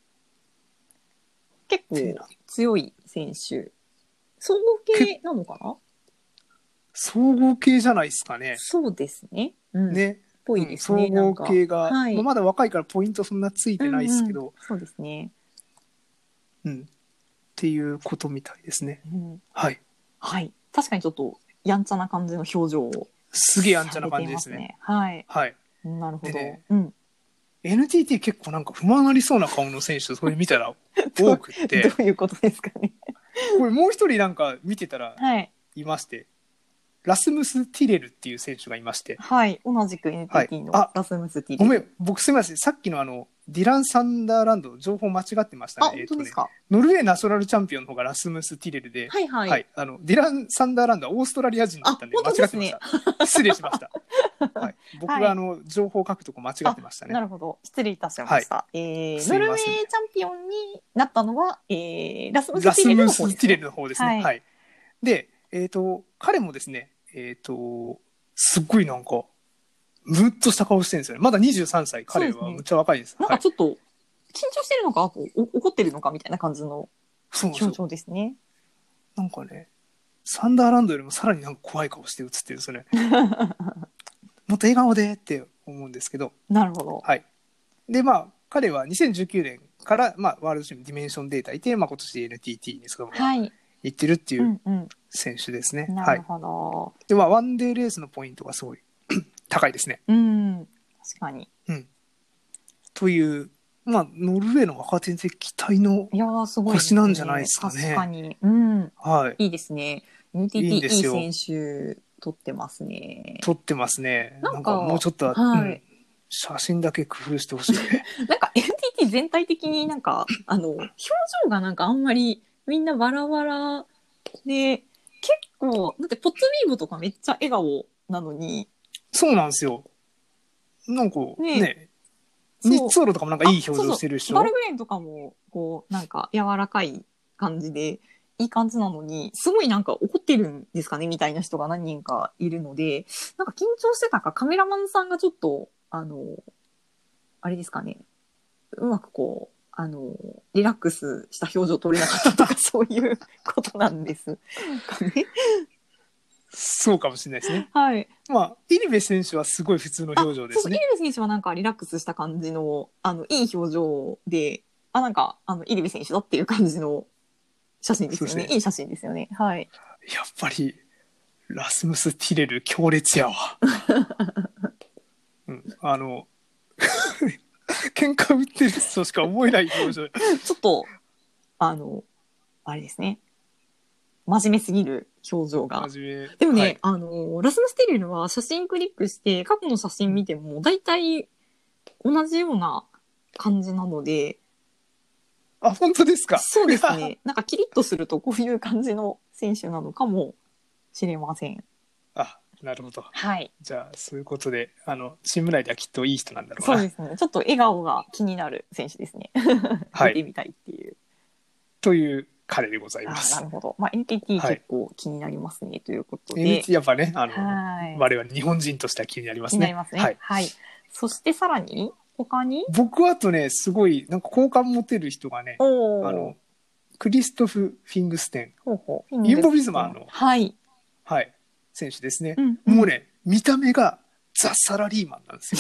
結構強い選手。総合系なのかな？ 総合系じゃないですかね。 そうですね。 ね。 ぽいですね。 総合系が、 はいまだ若いからポイントそんなついてないですけど。 そうですね。 っていうことみたいですね。はい。 はい。確かにちょっとやんちゃな感じの表情を。 すげえやんちゃな感じですね。 はい。 はい。 なるほど。 NTT 結構なんか不満ありそうな顔の選手それ見たら多くってどういうことですかね？ これもう一人なんか見てたらいまして、ラスムス・ティレルっていう選手がいまして、 はい、同じく NTT のラスムス・ティレル。 ごめん、僕すみません、さっきのディラン・サンダーランド情報間違ってましたね。 本当ですか？ ノルウェーナショナルチャンピオンの方がラスムス・ティレルで、はいはい、ディラン・サンダーランドはオーストラリア人だったんで間違ってました。失礼しました。はい、僕が情報を書くとこ間違ってましたね。 なるほど、失礼いたしました。ノルウェーチャンピオンになったのは、ラスムス・ティレルの方ですね。 はい。で、彼もですね、すっごいなんかムッとした顔してるんですよね。まだ23歳、彼はむっちゃ若いです。 なんかちょっと緊張してるのか、怒ってるのかみたいな感じの表情ですね。 なんかね、サンダーランドよりもさらになんか怖い顔して映ってるんですよね。もっと笑顔でって思うんですけど。 なるほど。 はい。で、彼は2019年から、ワールドチームディメンションデータいて、今年 NTT にそのまま行ってるっていう選手ですね。 なるほど。 で、ワンデーレースのポイントがすごい高いですね。 確かに。 という、ノルウェーの若手で期待の星なんじゃないですかね。 確かに。はい。いいですね。NTT いい選手取ってますね。 取ってますね。なんかもうちょっと、写真だけ工夫してほしい。 なんか NTT 全体的になんか、表情がなんかあんまりみんなバラバラで、結構、だってポッツビーブとかめっちゃ笑顔なのに。 そうなんですよ。なんかね、ニッツォーロとかもなんかいい表情してるでしょ。 バルグレンとかも、こう、なんか柔らかい感じで、いい感じなのに、すごいなんか怒ってるんですかねみたいな人が何人かいるので、なんか緊張してたか、カメラマンさんがちょっと、あれですかね、うまくこう、リラックスした表情撮れなかったとか、そういうことなんですかね。 そうかもしれないですね。 はい。 イリベ選手はすごい普通の表情ですね。 イリベ選手はなんかリラックスした感じの、いい表情で、なんか、イリベ選手だっていう感じの写真ですよね。いい写真ですよね。はい。 やっぱり、ラスムス・ティレル強烈やわ。喧嘩売ってる人しか思えない表情。 ちょっと、あれですね。真面目すぎる表情が。でもね、ラスムス・ティレルは写真クリックして、過去の写真見ても、大体同じような感じなので。 本当ですか？ そうですね。なんかキリッとするとこういう感じの選手なのかもしれません。 なるほど。 はい。 じゃあ、そういうことで、チーム内ではきっといい人なんだろうな。 そうですね。ちょっと笑顔が気になる選手ですね。見てみたいっていう。 という彼でございます。 なるほど。まあ、NTT はい、 結構気になりますね、ということで。 NTT やっぱね、 はい。 我々日本人としては気になりま気になりすね。 ますね。 はい。 はい。そしてさらに、他に僕あとね、すごい、なんか好感持てる人がね、 おー。 クリストフ・フィングステン。 ほうほう。 ユンボビズマの、 はい。 はい、選手ですね。 うんうん、 もうね、見た目がザ・サラリーマンなんですよ。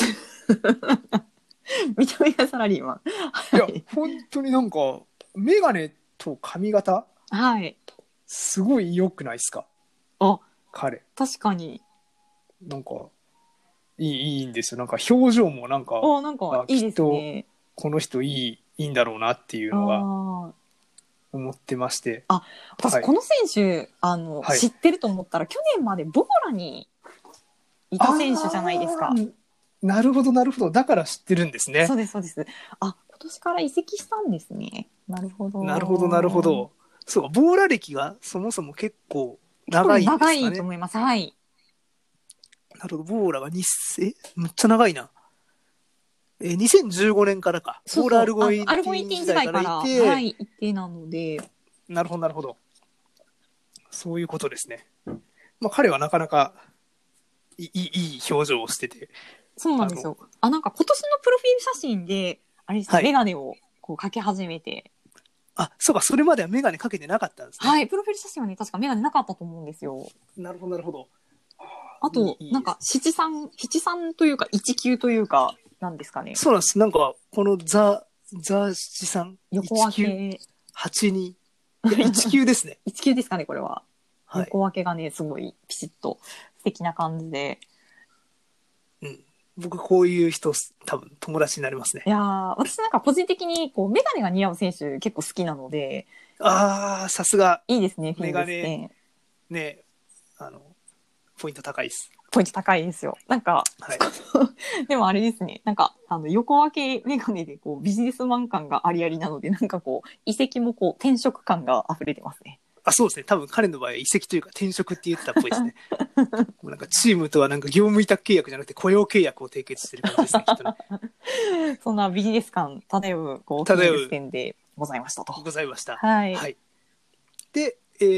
見た目がサラリーマン。 いや、 はい。 本当になんか、メガネと髪型、 はい。 すごい良くないですかあ、 彼。 確かに。 なんか、いいんですよ。なんか表情もなんか、 なんかいいですきっとね。 この人いいんだろうなっていうのがあ思ってまして。 あ。私、 はい。 この選手、 はい。 知ってると思ったら、去年までボーラにいた選手じゃないですか。 なるほど、なるほど。だから知ってるんですね。 そうです、そうです。あ、今年から移籍したんですね。なるほなるほど、なるほど。 ど。そうか、ボーラ歴がそもそも結構結構長いんで長すかね。 いと思います。はい。 なるほど、ボーラがむっちゃ長いな。2015年からか。ボーラアそうそう。 ルゴインアルゴインティーンティーン時代からい時代から、はて、 い、一定なので。 なるほど、なるほど。そういうことですね。まあ、彼はなかなかいい表情をしてて、 そうなんですよ。なんか今年のプロフィール写真で、あれですね、 はい。 メガネをこうかけ始めて。 あ、そうか、それまではメガネかけてなかったんですね。 はい、プロフィール写真はね、確かメガネなかったと思うんですよ。 なるほど、なるほど。 あと、なんか、 いいです。 七三というか、一級というか、なんですかね。 そうなんです。なんか、このザ七三横分 19、 け。 82。いや、1級ですね。 一級ですかね、これは。 はい。 横分けがね、すごいピシッと素敵な感じで。 うん。僕、こういう人、多分友達になりますね。 いやー、私なんか個人的に、こう、メガネが似合う選手結構好きなので、 ああ、さすが、 いいですね、フィングメガネ、 ステン。 ね、ポイント高いです。 ポイント高いですよ。なんか、 はい。 でもあれですね、なんか、横分けメガネで、こう、ビジネスマン感がありありなので、なんかこう、移籍もこう、転職感が溢れてますね。 あ、そうですね。多分彼の場合は移籍というか転職って言ってたっぽいですね。もうなんかチームとはなんか業務委託契約じゃなくて雇用契約を締結してる感じですね、きっとね。 そんなビジネス感漂う、こう、フィングス漂うテンでございましたと。 ございました。 はい。 はい。で、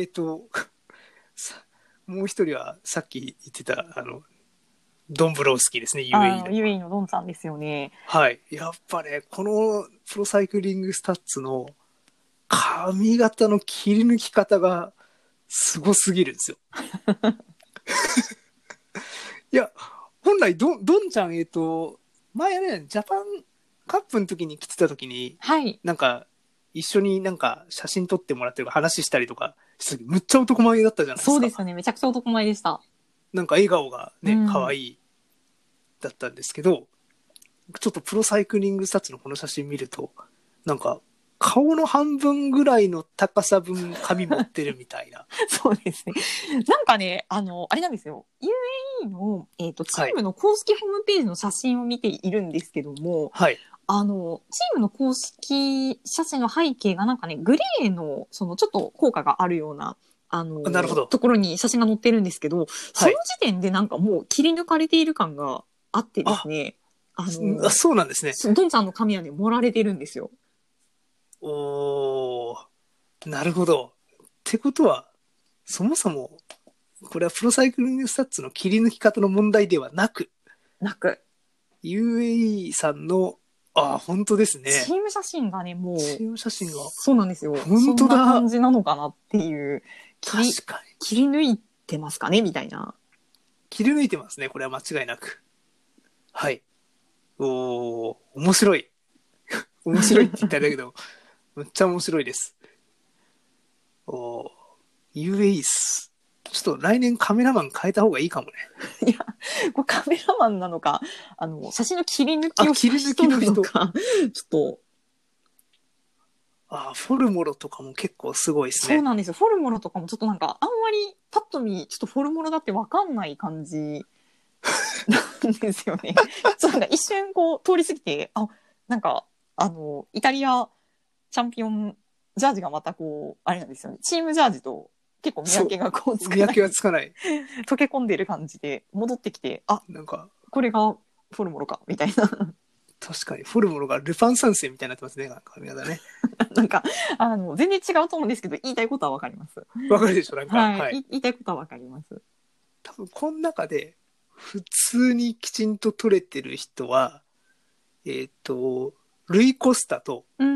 もう一人はさっき言ってた、ドンブロウスキーですね、UAE の。 UAE のドンさんですよね。 はい。やっぱね、このプロサイクリングスタッツの髪型の切り抜き方がすごすぎるんですよ。いや、本来ドンちゃん、前ね、ジャパンカップの時に来てた時に、 はい。 なんか、一緒になんか写真撮ってもらってるか話したりとかした時、むっちゃ男前だったじゃないですか。 そうですよね。めちゃくちゃ男前でした。 なんか笑顔がね、可うん。 愛いだったんですけど、ちょっとプロサイクリングスタッツのこの写真見ると、なんか、顔の半分ぐらいの高さ分髪持ってるみたいな。 そうですね。なんかね、あれなんですよ。UAE の、チはい。 ームの公式ホームページの写真を見ているんですけども、 はい。 チームの公式写真の背景がなんかね、グレーの、そのちょっと効果があるような、 なるほど。 ところに写真が載ってるんですけど、そのはい。 時点でなんかもう切り抜かれている感があってですあ、 ね、 そうなんですね。 ドンちゃんの髪はね、盛られてるんですよ。 おー、なるほど。ってことは、そもそも、これはプロサイクリングスタッツの切り抜き方の問題ではなく、 なく。 UAE さんの、本当ですね。 チーム写真がね、もう、 チーム写真が、 そうなんですよ。 本当だ。 そんな感じなのかなっていう、 確かに。 切り抜いてますかねみたいな。 切り抜いてますね。これは間違いなく。はい。面白い。面白いって言ったらだけど、めっちゃ面白いです。UAE っす。ちょっと来年カメラマン変えた方がいいかもね。 いや、これカメラマンなのか、写真の切り抜きをした人なのか、ちょっと。 フォルモロとかも結構すごいですね。 そうなんですよ。フォルモロとかもちょっとなんか、あんまりパッと見、ちょっとフォルモロだってわかんない感じなんですよね。ちょっとなんか一瞬こう通り過ぎて、なんか、イタリアチャンピオンジャージがまたこう、あれなんですよね。チームジャージと結構見分けがこうつかない。 見分けがつかない。 溶け込んでる感じで戻ってきて、 なんか、 これがフォルモロか、みたいな。 確かにフォルモロがルパン三世みたいになってますね、髪型ね。 なんか、全然違うと思うんですけど、言いたいことはわかります。 わかるでしょなんか、 はい。 はい。 言いたいことはわかります。 多分、この中で、普通にきちんと取れてる人は、ルイ・コスタとうん。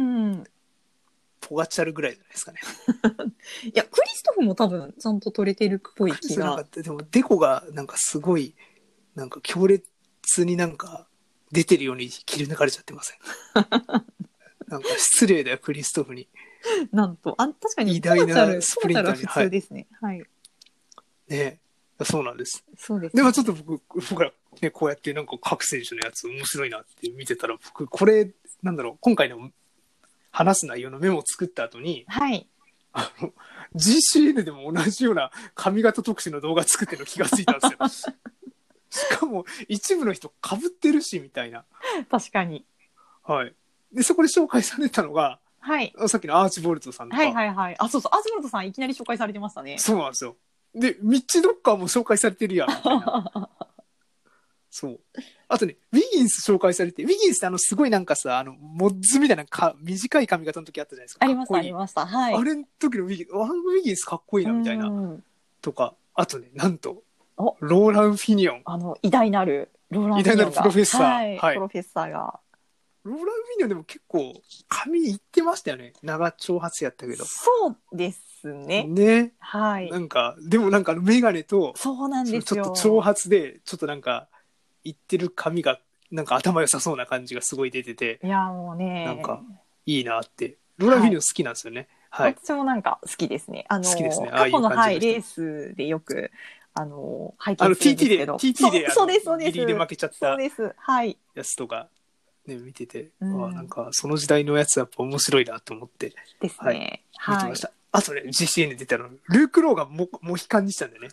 ポガチャルぐらいじゃないですかね。 いや、クリストフも多分、ちゃんと取れてるっぽい気が。 なんかでも、デコが、なんかすごい、なんか強烈になんか、出てるように切り抜かれちゃってません？なんか失礼だよ、クリストフに。 なんと、確かに、 偉大なポガスプリンターにチャルは普通ですね。はい。 ね。そうなんです。 そうです、 でもちょっと僕らね、こうやってなんか各選手のやつ面白いなって見てたら、僕、これ、なんだろう、今回の話す内容のメモを作った後に、 はい。 GCN でも同じような髪型特集の動画作ってるの気がついたんですよ。しかも、一部の人被ってるし、みたいな。 確かに。 はい。で、そこで紹介されたのが、 はい。 さっきのアーチボルトさんとか。 はいはいはい。あ、そうそう。アズモルトさんいきなり紹介されてましたね。 そうなんですよ。で、ミッチ・ドッカーも紹介されてるやん、みたいな。そう。あとね、ウィギンス紹介されて、ウィギンスってすごいなんかさ、モッズみたいな短い髪型の時あったじゃないですか。 ありました、ありました。はい。 あれの時のウィギンスかっこいいな、みたいな。とか、あとね、なんと、ローラン・フィニオン。 偉大なる、ローラン・フィニオンが。偉大なるプロフェッサー。 はい。プロフェッサーが。 ローラン・フィニオンでも結構、髪いってましたよね。長長髪やったけど。 そうですね。 ね。 はい。 なんか、でもなんかメガネと、 そうなんですよ。 ちょっと長髪で、ちょっとなんか、いってる髪が、なんか頭良さそうな感じがすごい出てて。 いや、もうね。 なんか、いいなって。ローラン・フィニオン好きなんですよね。はい。 私もなんか好きですね。 好きですね。 過去の、はい、レースでよく、拝見するんですけど。 TT で、 そうです、そうです。 ギリギリで負けちゃった。 そうです。はい。 やつとか、ね、見てて、なんか、その時代のやつやっぱ面白いなと思って。 ですね。 はい。見てました。あとね、GCN 出たの、ルーク・ローがモヒカンにしたんだよね。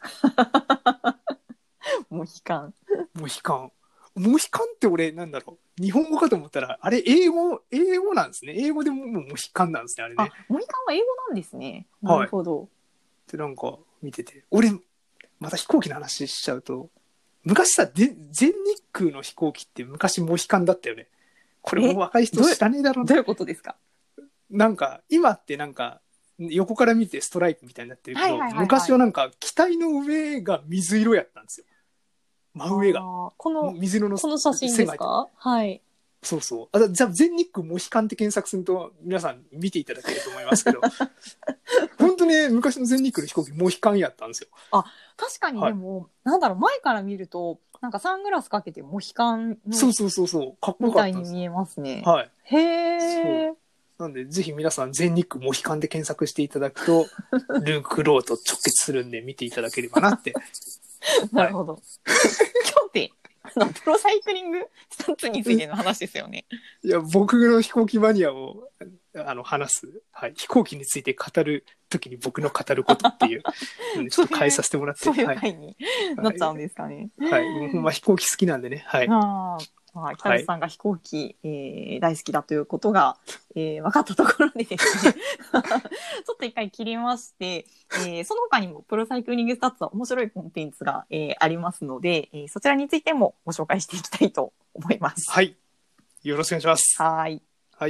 モヒカン。 モヒカンって俺、なんだろう。日本語かと思ったら、あれ、英語なんですね。英語でもモヒカンなんですね、あれね。 モヒカンは英語なんですね。なるほど。はい、 で、なんか、見てて。俺、また飛行機の話しちゃうと、昔さ、全日空の飛行機って昔モヒカンだったよね。これもう若い人知らねえだろうな。どういうことですか？ なんか、今ってなんか、横から見てストライプみたいになってるけど、昔はなんか、機体の上が水色やったんですよ。真上が。 この水色のこの写真ですか？はい。 そうそう。じゃあ、全日空モヒカンって検索すると、皆さん見ていただけると思いますけど、本当に昔の全日空の飛行機モヒカンやったんですよ。 確かにでも、はい、なんだろう、前から見ると、なんかサングラスかけてモヒカンのそう。かっこよかったんです。 みたいに見えますね。 はい。 へえ。 なんで、ぜひ皆さん、全日空モヒカンで検索していただくと、ルーク・ローと直結するんで見ていただければなって。 なるほど。はい、今日って、プロサイクリングスタッツについての話ですよね。 いや、僕の飛行機マニアを話す、はい、飛行機について語るときに僕の語ることっていうちょっと変えさせてもらってそういう回になっちゃうんですかね。 はい、まあ、飛行機好きなんでね。はい。 北口さんが飛行機、大好きだということが、分かったところでですねちょっと一回切りまして、その他にもプロサイクリングスタッツは面白いコンテンツが、ありますので、そちらについてもご紹介していきたいと思います。 はい。よろしくお願いします。 はい。 はい。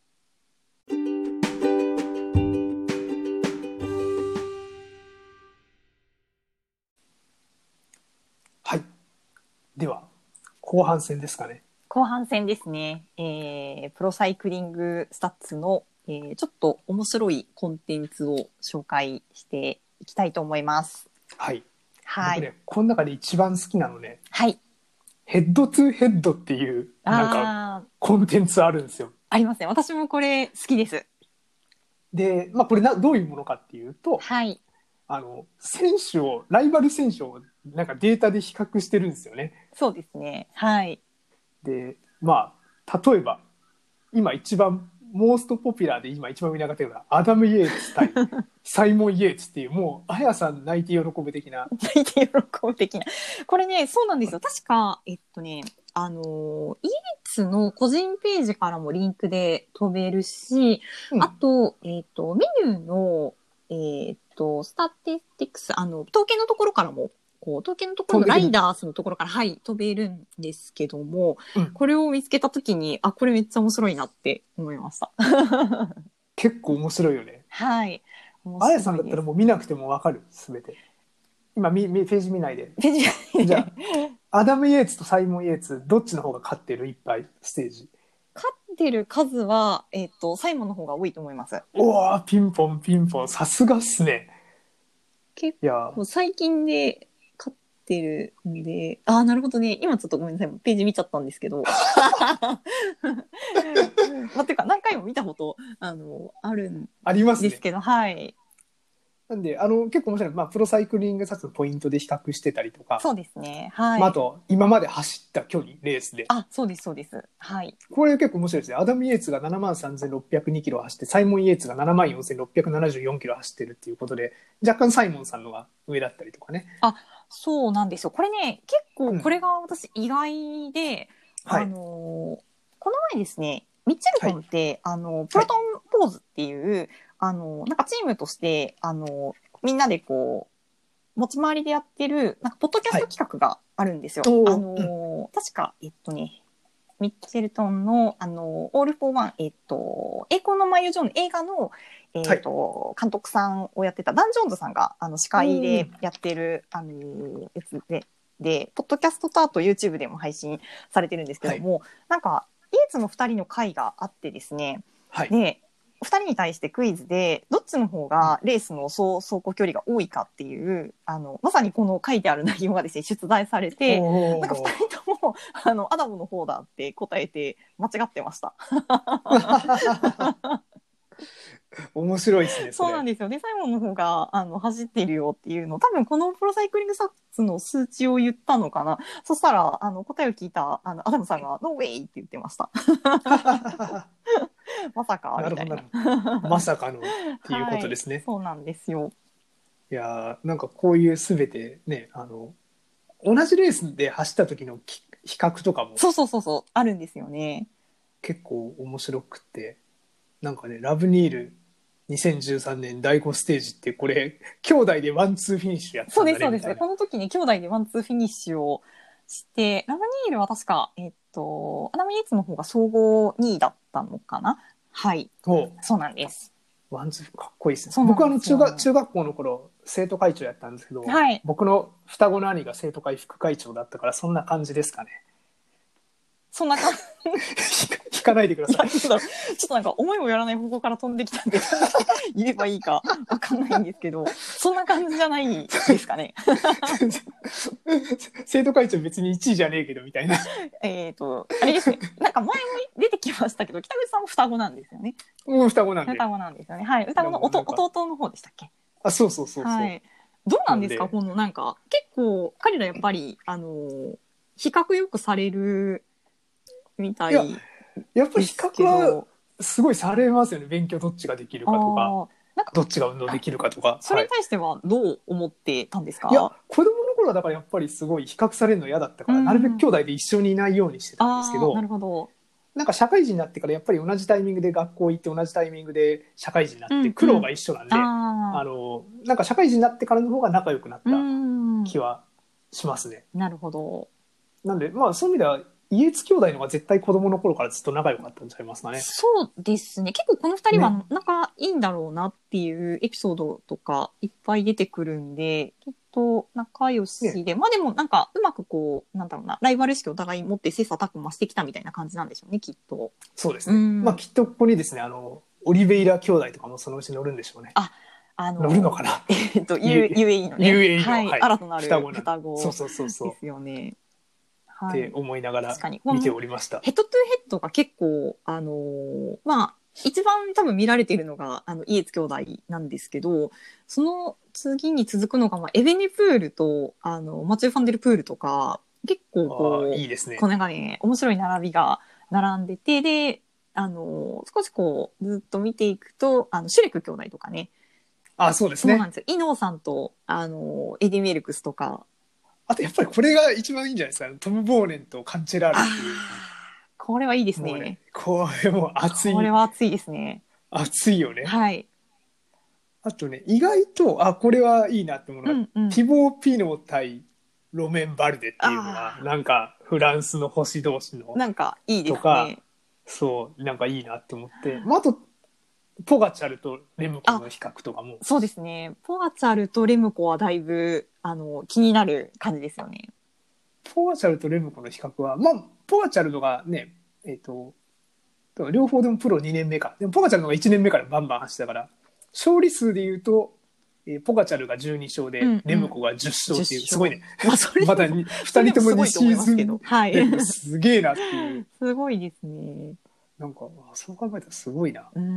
はい。では、後半戦ですかね。 後半戦ですね。プロサイクリングスタッツの、ちょっと面白いコンテンツを紹介していきたいと思います。 はい。 はい。 僕ね、この中で一番好きなのね。 はい。 ヘッドトゥヘッドっていう、なんか、コンテンツあるんですよ。 ありますね。私もこれ好きです。 で、まあこれどういうものかっていうと、 はい。 ライバル選手をなんかデータで比較してるんですよね。 そうですね。はい。 で、まあ、例えば、今一番、モーストポピュラーで今一番見なかったような、アダム・イエーツ対サイモン・イエーツっていう、もう、あやさん泣いて喜ぶ的な。 泣いて喜ぶ的な。これね、そうなんですよ。確か、イエーツの個人ページからもリンクで飛べるし、あと、メニューの、スタティスティックス、統計のところからもこう統計のところのライダースのところから、はい、飛べるんですけども、 うん、 これを見つけたときに、あ、これめっちゃ面白いなって思いました。 結構面白いよね。 はい。 あやさんだったらもう見なくても分かる、すべて。今ページ見ないで。 ページじゃあ、アダム・イエーツとサイモン・イエーツ、どっちの方が勝ってるいっぱいステージ。 勝ってる数は、サイモンの方が多いと思います。 おー、ピンポンピンポン、さすがっすね。 結構最近で勝ってるんで、ああ、なるほどね。今ちょっとごめんなさい。ページ見ちゃったんですけど。まあ、てか何回も見たこと、あるんありますね。 ですけど、はい。 なんで、結構面白い。まあ、プロサイクリングサツのポイントで比較してたりとか。 そうですね。はい。 まあ、あと、今まで走った距離、レースで。 あ、そうです、そうです。はい。 これ結構面白いですね。アダム・イエーツが73,602キロ走って、サイモン・イエーツが74,674キロ走ってるっていうことで、若干サイモンさんのが上だったりとかね。 あ、そうなんですよ。これね、結構これが私意外で、 はい。 この前ですね、ミッチェルトンって、プロトンポーズっていう、なんかチームとして、みんなでこう、持ち回りでやってる、なんか、ポッドキャスト企画があるんですよ。確か、ミッチェルトンの、オール・フォー・ワン、栄光のマイル・ジョーの映画の、監督さんをやってたダン・ジョーンズさんが、司会でやってる、やつで、ポッドキャストとあと YouTube でも配信されてるんですけども、なんか、イエーツの2人の会があってですね、で、2人に対してクイズでどっちの方がレースの走行距離が多いかっていうまさにこの書いてある内容がですね出題されて、なんか2人ともアダムの方だって答えて間違ってました。 面白いですね。 そうなんですよね。サイモンの方が走っているよっていうの、多分このプロサイクリングサッツの数値を言ったのかな。そしたら答えを聞いたアダムさんがノーウェイって言ってました。まさかみたいな。 まさかのっていうことですね。はい、 そうなんですよ。 いやなんかこういうすべてね、同じレースで走った時の比較とかもそうあるんですよね。 結構面白くて、なんかね、ラブニール2013年第5ステージってこれ兄弟でワンツーフィニッシュやったんだね。 そうですね。この時に兄弟でワンツーフィニッシュをして、ラブニールは確かアダム・イエーツの方が総合2位だったのかな。はい。そうなんです。 ワンツーかっこいいですね。僕は中学校の頃生徒会長やったんですけど、はい、僕の双子の兄が生徒会副会長だったからそんな感じですかね。 そんな感じ引かないでください。 ちょっとなんか思いもよらない方向から飛んできたんで言えばいいかわかんないんですけど、そんな感じじゃないですかね。 生徒会長別に1位じゃねえけどみたいな。 あれですね。なんか前も出てきましたけど、北口さんも双子なんですよね。 双子なんで。 双子なんですよね。はい。双子の弟の方でしたっけ。 あ、そうそうそうそう。 はい。どうなんですか、このなんか結構彼らやっぱり比較よくされるみたい。 やっぱり比較はすごいされますよね。勉強どっちができるかとか、どっちが運動できるかとか。 それに対してはどう思ってたんですか？ いや、子供の頃はだからやっぱりすごい比較されるの嫌だったから、なるべく兄弟で一緒にいないようにしてたんですけど、 なるほど。 なんか社会人になってからやっぱり同じタイミングで学校行って同じタイミングで社会人になって苦労が一緒なんで、なんか社会人になってからの方が仲良くなった気はしますね。 なるほど。 なんでまあそういう意味ではイエーツ兄弟の方が絶対子供の頃からずっと仲良かったんちゃいますかね。 そうですね。結構この2人は仲いいんだろうなっていうエピソードとかいっぱい出てくるんで、きっと仲良しで、まあでもなんかうまくこう、なんだろうな、ライバル意識をお互い持って切磋琢磨してきたみたいな感じなんでしょうね、きっと。 そうですね。まあきっとここにですね、オリベイラ兄弟とかもそのうち乗るんでしょうね。乗るのかな。 UAE のね。 UAE の、 はい。新たなる双子そうですよね。 って思いながら見ておりました。 ヘッドトゥヘッドが結構まあ一番多分見られているのがイエーツ兄弟なんですけど、その次に続くのが、エベネプールとマチュー・ファンデルプールとか結構こういいですね。 このがね面白い並びが並んでて、で少しこうずっと見ていくとシュレク兄弟とかね。 そうですね。 そうなんですよ。イノーさんとエディ・メルクスとか。 あとやっぱりこれが一番いいんじゃないですか。トム・ボーネンとカンチェラールっていう。 これはいいですね。 これも熱い。 これは熱いですね。 熱いよね。 はい。 あとね、意外とこれはいいなって思うのは、ティボー・ピノ対ロメン・バルデっていうのがなんかフランスの星同士のなんかいいですとか、 ね。 そうなんかいいなって思って、まあ、あとポガチャルとレムコの比較とかもそうですね。ポガチャルとレムコはだいぶ気になる感じですよね。 ポガチャルとレムコの比較は、まあ、ポガチャルのがね、両方でもプロ2年目か。でもポガチャルのが1年目からバンバン走ってたから、勝利数で言うと、ポガチャルが12勝で、 うんうん、 レムコが10勝っていう、 10 すごいね。 それまだ2人とも2シーズンはい。 ですげえなっていう。 すごいですね。 なんか、そう考えたらすごいな。っうん。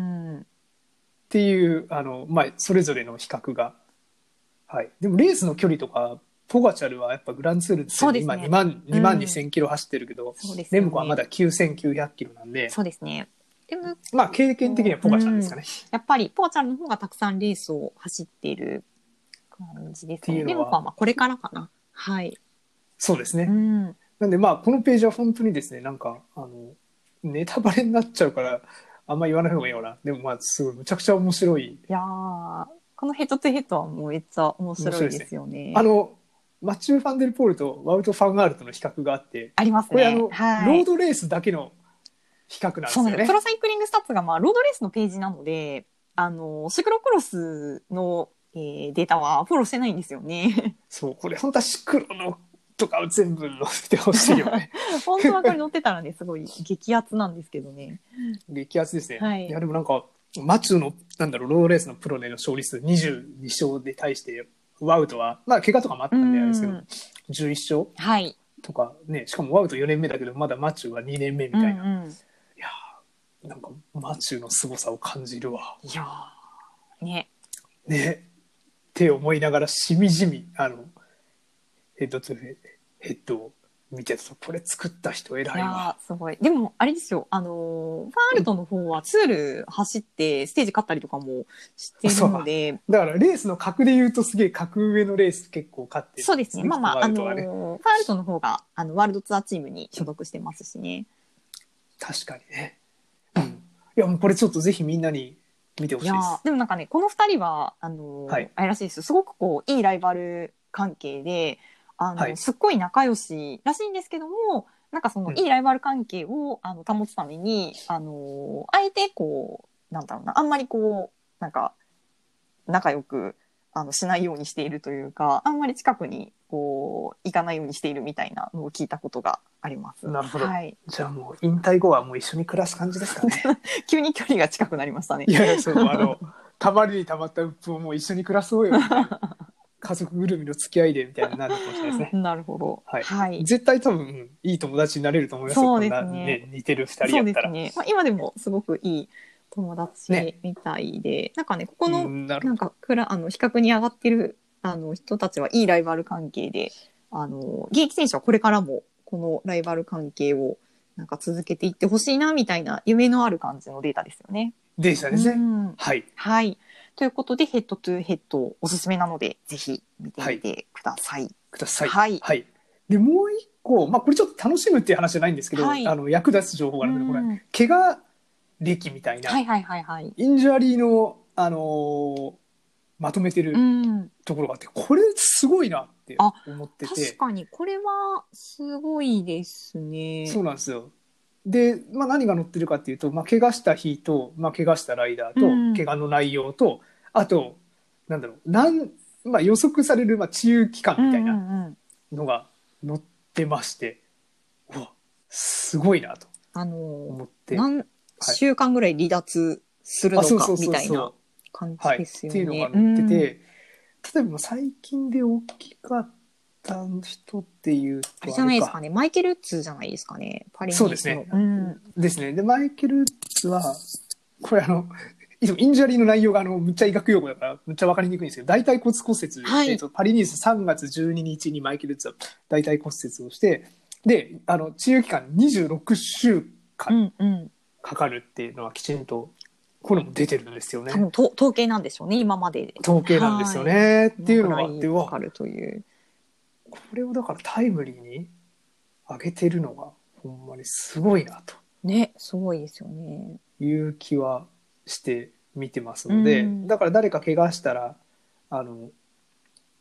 ていう、まあ、それぞれの比較が。はい。でもレースの距離とか、ポガチャルはやっぱグランツールで今そうですね。 2万2000キロ走ってるけど、 そうですよね。 レムコはまだ9900キロなんで、 そうですね。でもまあ経験的にはポガチャルですかね。 やっぱりポガチャルの方がたくさんレースを走っている感じですね。レムコはまあこれからかな。はい。 そうですね。 うん。 なんでまあこのページは本当にですね、なんかネタバレになっちゃうからあんま言わない方がいいよな。でもまあすごいむちゃくちゃ面白い。 いやー、このヘッドトゥヘッドはもうめっちゃ面白いですよね。 マチュー・ファンデルポールとワウト・ファンガールとの比較があって、 ありますね。 これはい、 ロードレースだけの比較なんですよね。 そうなんです。プロサイクリングスタッツがまあロードレースのページなので、シクロクロスの、データはフォローしてないんですよね。 そう、これ本当はシクロのとかを全部載せてほしいよね。 本当はこれ載ってたらね、すごい激アツなんですけどね。 激アツですね。 はい、 いやでもなんかマチューのロードレースのプロでの勝利数22勝で対してワウトはまあ怪我とかもあったんであれですけど、11勝、 はい、 とかね、しかもワウト4年目だけどまだマチューは2年目みたいな、いやなんかマチューの凄さを感じるわ。 いやねって思いながらしみじみヘッドトゥヘッドを見てたと、これ作った人偉いわ。 すごい。でもあれですよ、ファールトの方はツール走ってステージ勝ったりとかもしてるので、 だからレースの格で言うとすげえ格上のレース結構勝ってる、 そうですね。まあまあ、 ワールドはね、 ファールトの方がワールドツアーチームに所属してますしね。 確かにね。いやもうこれちょっとぜひみんなに見てほしいです。 でもなんかね、この2人ははい、 あれらしいです。すごくこういいライバル関係で、 はい、 すっごい仲良しらしいんですけども、なんかそのいいライバル関係を保つために、あえてこうなんだろうな、あんまりこうなんか仲良くしないようにしているというか、あんまり近くにこう行かないようにしているみたいなのを聞いたことがあります。 なるほど、 はい、 じゃあもう引退後はもう一緒に暮らす感じですかね。 急に距離が近くなりましたね。 いやそうたまりにたまった鬱憤をもう一緒に暮らそうよみたいな、家族ぐるみの付き合いでみたいになるかもしれないですね。 なるほど。 はい。 はい。 絶対多分いい友達になれると思いますよ。 そうですね。 こんなね似てる二人そうでやったら。 すね。まあ、今でもすごくいい友達みたいで、なんかね、ここのなんか比較に上がってる人たちはいいライバル関係で、現役選手はこれからもこのライバル関係をなんか続けていってほしいなみたいな夢のある感じのデータですよね。 でしたね。はい。 はい。ということで、ヘッドトゥヘッドおすすめなので、ぜひ見てみてください。 はい。はい。で、もう一個、まあ、これちょっと楽しむっていう話じゃないんですけど、 はい、 役立つ情報があるので、これ、怪我歴みたいな、インジュアリーの、まとめてるところがあって、これすごいなって思ってて。 確かに、これはすごいですね。 そうなんですよ。で、まあ、何が載ってるかっていうと、まあ、怪我した日と、まあ、怪我したライダーと、怪我の内容と、あと、なんだろう、まあ、予測される、まあ、治癒期間みたいなのが載ってまして、うわ、すごいなと思って。 何週間ぐらい離脱するのかみたいな感じですよね。 っていうのが載ってて、例えば最近で大きかった人っていうとあれじゃないですかね、マイケル・ッツじゃないですかね、パリニースの。 そうですね。ですね。で、マイケル・ッツは、これいつもインジャリーの内容がむっちゃ医学用語だからむっちゃ分かりにくいんですけど、大腿骨骨折、パリニース3月12日にマイケル・ッツは大腿骨折をして、で、治癒期間26週間かかるっていうのはきちんと、これも出てるんですよね。 統計なんでしょうね、今までで。 統計なんですよね。っていうのがあって、 わかるという。 これをだからタイムリーに上げてるのが、ほんまにすごいなと。 ね、すごいですよね。 いう気はして見てますので、だから誰か怪我したら、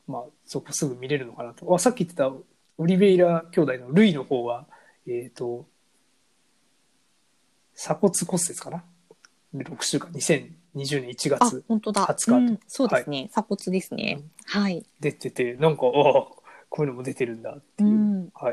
まあ、そこすぐ見れるのかなと。さっき言ってたオリベイラ兄弟のルイの方は、鎖骨骨折かな。で6週間、2020年1 あ、 月本当だ。 20日と、 うん、そうですね。鎖骨ですね。はい。 出てて、なんか、こういうのも出てるんだっていう。はい。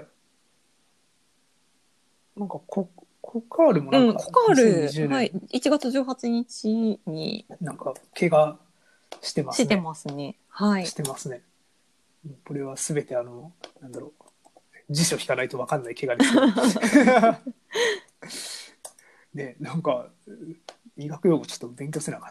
なんかコカールもなんか、 コカール、 2020 はい、 年、 1月18日になんか、怪我してますね。 してますね。はい。 してますね。これはすべてなんだろう。辞書引かないと分かんない怪我ですけど。ね、なんか、医学用語ちょっと勉強せなかった。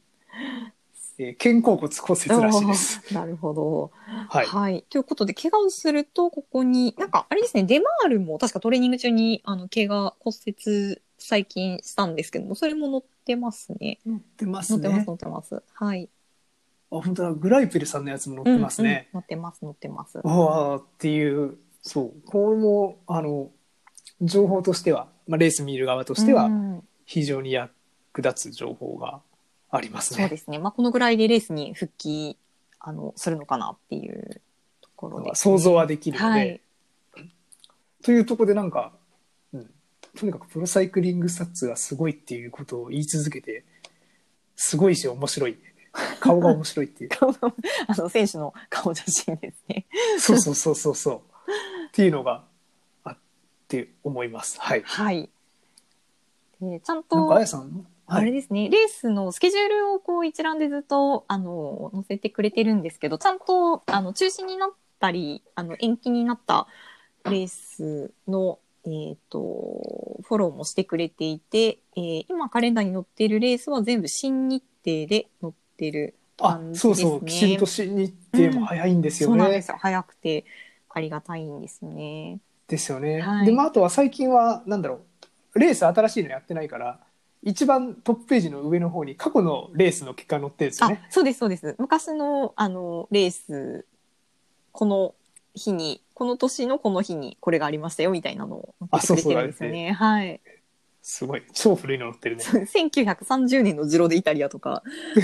肩甲骨骨折らしいです。 なるほど。 はい。 はい。ということで、怪我をすると、ここに、なんか、あれですね、デマールも確かトレーニング中に、怪我、骨折、最近したんですけども、それも載ってますね。 載ってますね。 載ってます。はい。 あ、本当だ。グライペルさんのやつも載ってますね。 載ってます。 わーっていう、そう。これも、情報としては、まあ、レース見る側としては、非常に役立つ情報がありますね。 そうですね。まあ、このぐらいでレースに復帰、するのかなっていうところで、ね、 想像はできるので、 はい、 というところでなんか、とにかくプロサイクリングスタッツがすごいっていうことを言い続けて、すごいし面白い。顔が面白いっていう。 選手の顔写真ですね。 そう。っていうのがあって思います。はい。 はい。ちゃんと、 なんかあやさん、 あれですね、レースのスケジュールをこう一覧でずっと載せてくれてるんですけど、ちゃんと中止になったり延期になったレースの、フォローもしてくれていて、今カレンダーに載っているレースは全部新日程で載ってる感じですね。 そう、きちんと新日程も早いんですよね。 そうなんですよ。早くてありがたいんですね。 ですよね。 はい、 で、まあ、あとは最近は、なんだろう、レース新しいのやってないから、一番トップページの上の方に過去のレースの結果載ってるんですよね。 そうです。昔のレース、この日に、この年のこの日にこれがありましたよみたいなのを載せてくれてるんですよね。はい。 すごい。超古いの載ってるね。 1930年のジロでイタリアとか。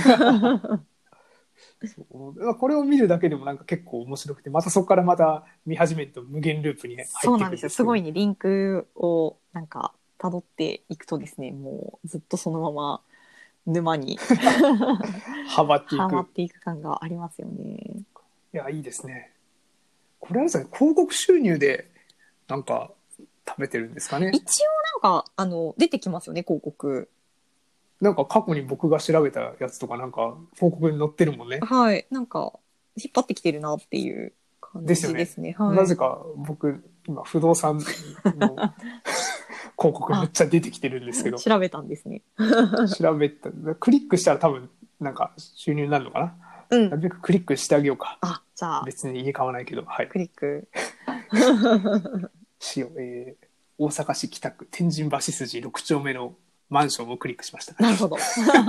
そうこれを見るだけでもなんか結構面白くて、またそこからまた見始めると無限ループに入ってくるんですけど。 そうなんですよ。すごいね、リンクをなんか辿っていくとですね、もうずっとそのまま沼にはまっていく感がありますよね。 いや、いいですね。これはですね、広告収入でなんか食べてるんですかね。 一応なんか出てきますよね、広告。 なんか過去に僕が調べたやつとかなんか広告に載ってるもんね。 はい、なんか引っ張ってきてるなっていう感じですね。はい、 なぜか僕今不動産の広告めっちゃ出てきてるんですけど。 調べたんですね。 調べた。クリックしたら多分なんか収入になるのかな。なるべくクリックしてあげようか。 じゃあ別に家買わないけど、はい。 クリックしよう。大阪市北区天神橋筋6丁目のマンションをクリックしました。 なるほど。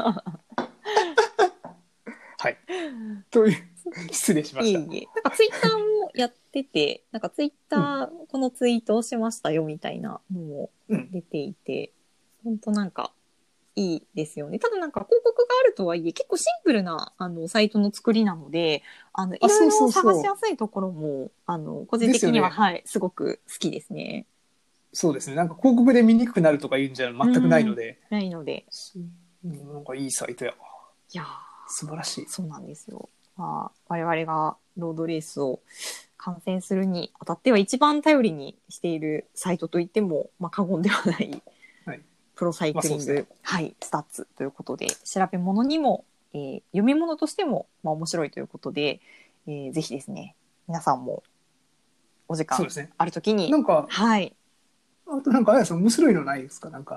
はい。という失礼しました。 なんかツイッターもやってて、なんかツイッター、このツイートをしましたよみたいなのも出ていて、本当なんかいいですよね。ただなんか広告があるとはいえ、結構シンプルなサイトの作りなので、いろいろ探しやすいところも個人的には、はい、すごく好きですね。 そうですね。なんか広告で見にくくなるとかいうんじゃ全くないので。 ないので。 なんかいいサイトや。 いや素晴らしい。 そうなんですよ。まあ、我々がロードレースを観戦するにあたっては一番頼りにしているサイトといっても、まあ、過言ではない、 はい、 プロサイクリング、はい、スタッツということで、調べ物にも、読み物としても、まあ、面白いということで、ぜひですね、皆さんもお時間あるときに、 なんか、 はい。 あとなんかあやさん面白いのないですか？なんか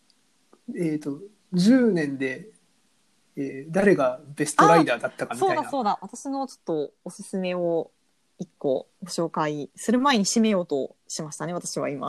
10年で、誰がベストライダーだったかみたいな。 そうだ。私のちょっとおすすめを一個ご紹介する前に締めようとしましたね、私は今。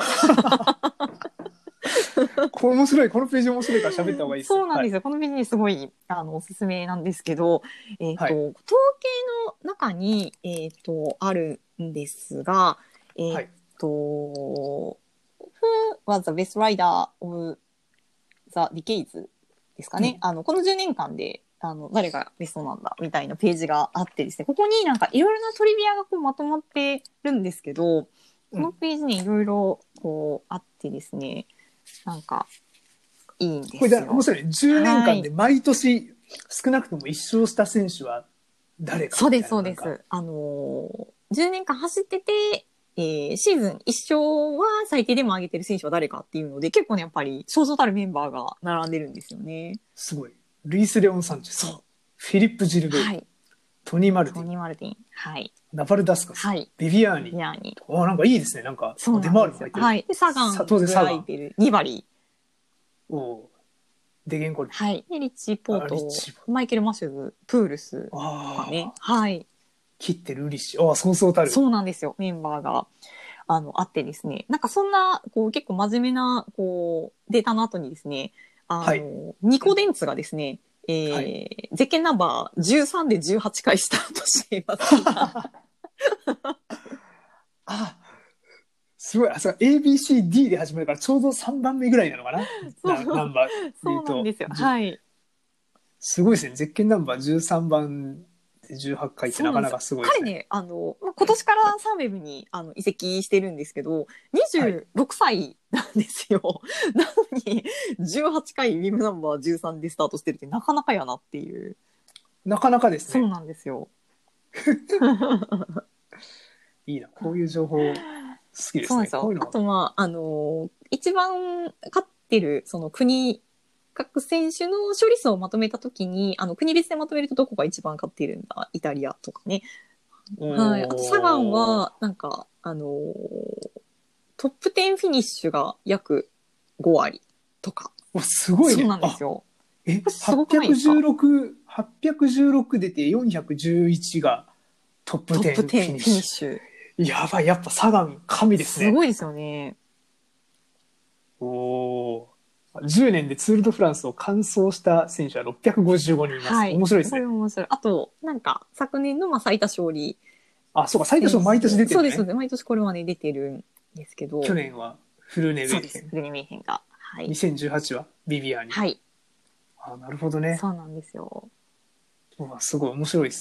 これ面白い。このページ面白いから喋った方がいいです。 そうなんですよ。はい、このページすごいおすすめなんですけど、統計の中にあるんですが、Who was the best rider of the decades ですかね。この10年間で誰がベストなんだみたいなページがあってですね、ここになんかいろいろなトリビアがこうまとまってるんですけど、このページにいろいろこうあってですね、なんかいいんですよ。 これ面白い。10年間で毎年少なくとも1勝した選手は誰か。 そうです、そうです。10年間走ってて、シーズン1勝は最低でも上げてる選手は誰かっていうので、結構ね、やっぱり、そうそうたるメンバーが並んでるんですよね。 すごい。ルイス・レオン・サンチェス。フィリップ・ジルベル。はい、トニー・マルティン。はい。ナバル・ダスカス。はい。ビビアーニ。なんかいいですね。なんか、 出回るも入ってる。はい。で、サガン、グライベル、ニバリー。デゲンコル。 はい。で、リッチ・ポート、マイケル・マシュズ、プールスとかね。はい。 切ってるウリッシュ。そうそうたる。 そうなんですよ。メンバーが。あってですね。なんかそんな、こう、結構真面目な、こう、データの後にですね、はい、ニコデンツがですね、はい、ゼッケンナンバー13で18回スタートしています。 すごい。ABCD で始まるからちょうど3番目ぐらいなのかな。ナンバーで言うと。 そうなんですよ。はい。 すごいですね。ゼッケンナンバー13番で18回ってなかなかすごいですね。 彼ね、今年からサンウェブに移籍してるんですけど、26歳なんですよ。はい、なのに、18回ウィムナンバー13でスタートしてるってなかなかやなっていう。 なかなかですね。 そうなんですよ。 いいな。こういう情報好きですね。 そうなんですよ。あと一番勝ってる、その国、各選手の勝利数をまとめたときに、国別でまとめるとどこが一番勝っているんだ、イタリアとかね。はい。あと、サガンは、なんか、トップ10フィニッシュが約5割とか。 すごいね。 そうなんですよ。 816出て411がトップ10フィニッシュ。やばい、やっぱサガン神ですね。 すごいですよね。 10年でツール・ド・フランスを完走した選手は655人います。はい、面白いですね。 これ面白い。あと、なんか、昨年の最多勝利。 そうか、最多勝毎年出てるね。 そうです。毎年これはね、出てるんですけど。 去年はフルネ・メイヘン。 フルネ・メイヘンが。はい。 2018はビビアーニ。 はい。 なるほどね。 そうなんですよ。 すごい面白いです。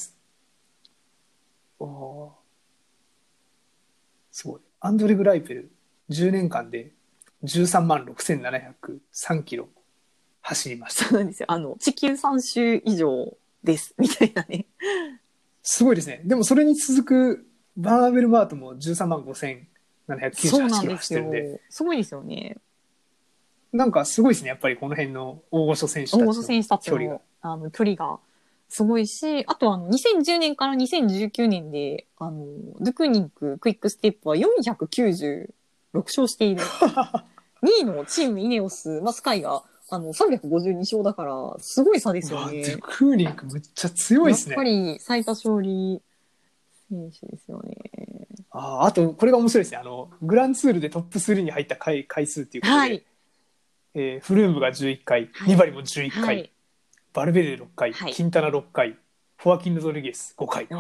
すごい。アンドレ・グライペル、10年間で13万6703キロ走りました。 そうなんですよ。地球3周以上です。みたいなね。 すごいですね。でもそれに続くバーナベルマートも13万5798キロ走ってるんで。 すごいですよね。 なんかすごいですね。やっぱりこの辺の大御所選手たちの距離が。 距離がすごいし、あと2010年から2019年で、ドゥクニンク、クイックステップは496勝している。2位のチームイネオス、スカイが、352勝だから、すごい差ですよね。 ドゥクニンクむっちゃ強いですね。 やっぱり最多勝利選手ですよね。 あと、これが面白いですね。グランツールでトップ3に入った回数っていうことで、はい、フルームが11回、ニバリも11回、はい、バルベルデ6回、はい、キンタナ6回、フォアキン・ロドリゲス5回。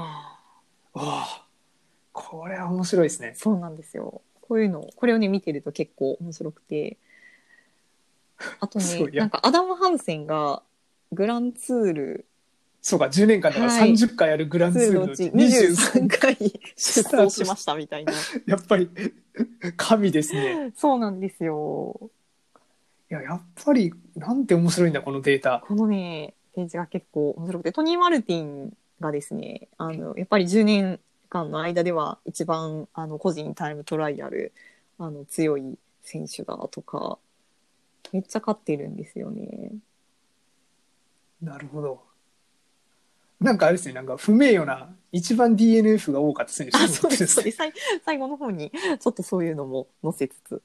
これは面白いですね。 そうなんですよ。これをね、見てると結構面白くて。あとね、なんかアダム・ハムセンがグランツール。 そうか、10年間だから30回あるグランツールのうち 23回出走しましたみたいな。 やっぱり、神ですね。 そうなんですよ。 やっぱり、なんて面白いんだ、このデータ。 このね、ページが結構面白くて、トニー・マルティンがですね、やっぱり10年間の間では一番、個人タイムトライアル、強い選手だとか、めっちゃ勝ってるんですよね。 なるほど。なんかあれですね、なんか不名誉な、一番 DNF が多かった選手ですね。そうです。最後の方に、ちょっとそういうのも載せつつ。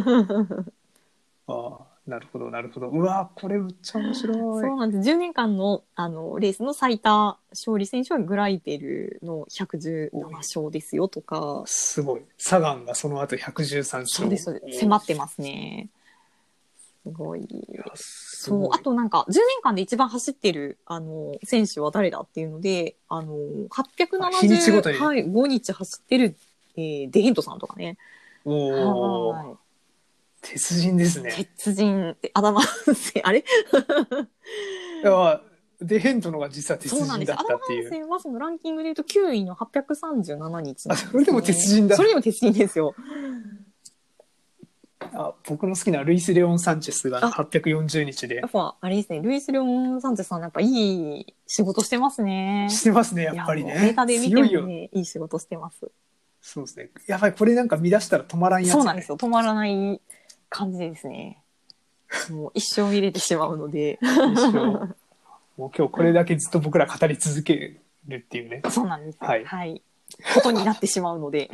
なるほど、なるほど。うわこれめっちゃ面白い。 そうなんです。10年間の、レースの最多勝利選手はグライペルの117勝ですよとか。 すごい。サガンがその後113勝。 そうです、そうです。迫ってますね。すごい。そう。あとなんか、10年間で一番走ってる、選手は誰だっていうので、875日走ってる、デヘントさんとかね。 はい。鉄人ですね。 鉄人って、あれでヘントのが実は鉄そうなんです。 人だったっていう。 アダム・ハンセンはそのランキングで言うと9位の837日なんですね。 あ、それでも鉄人だ。 それでも鉄人ですよ。 僕の好きなルイス・レオン・サンチェスが840日でやっぱあれですね、ルイス・レオン・サンチェスさんやっぱいい仕事してますね。 してますね、やっぱりね。 いやもうデータで見ても強いよ。 ね、いい仕事してます。 そうですね。やばい、これなんか見出したら止まらんやつ、ね。 そうなんですよ。止まらない感じですね。もう一生見れてしまうので。 一生。もう今日これだけずっと僕ら語り続けるっていうね。 そうなんですよ。 はい。 はい。ことになってしまうので。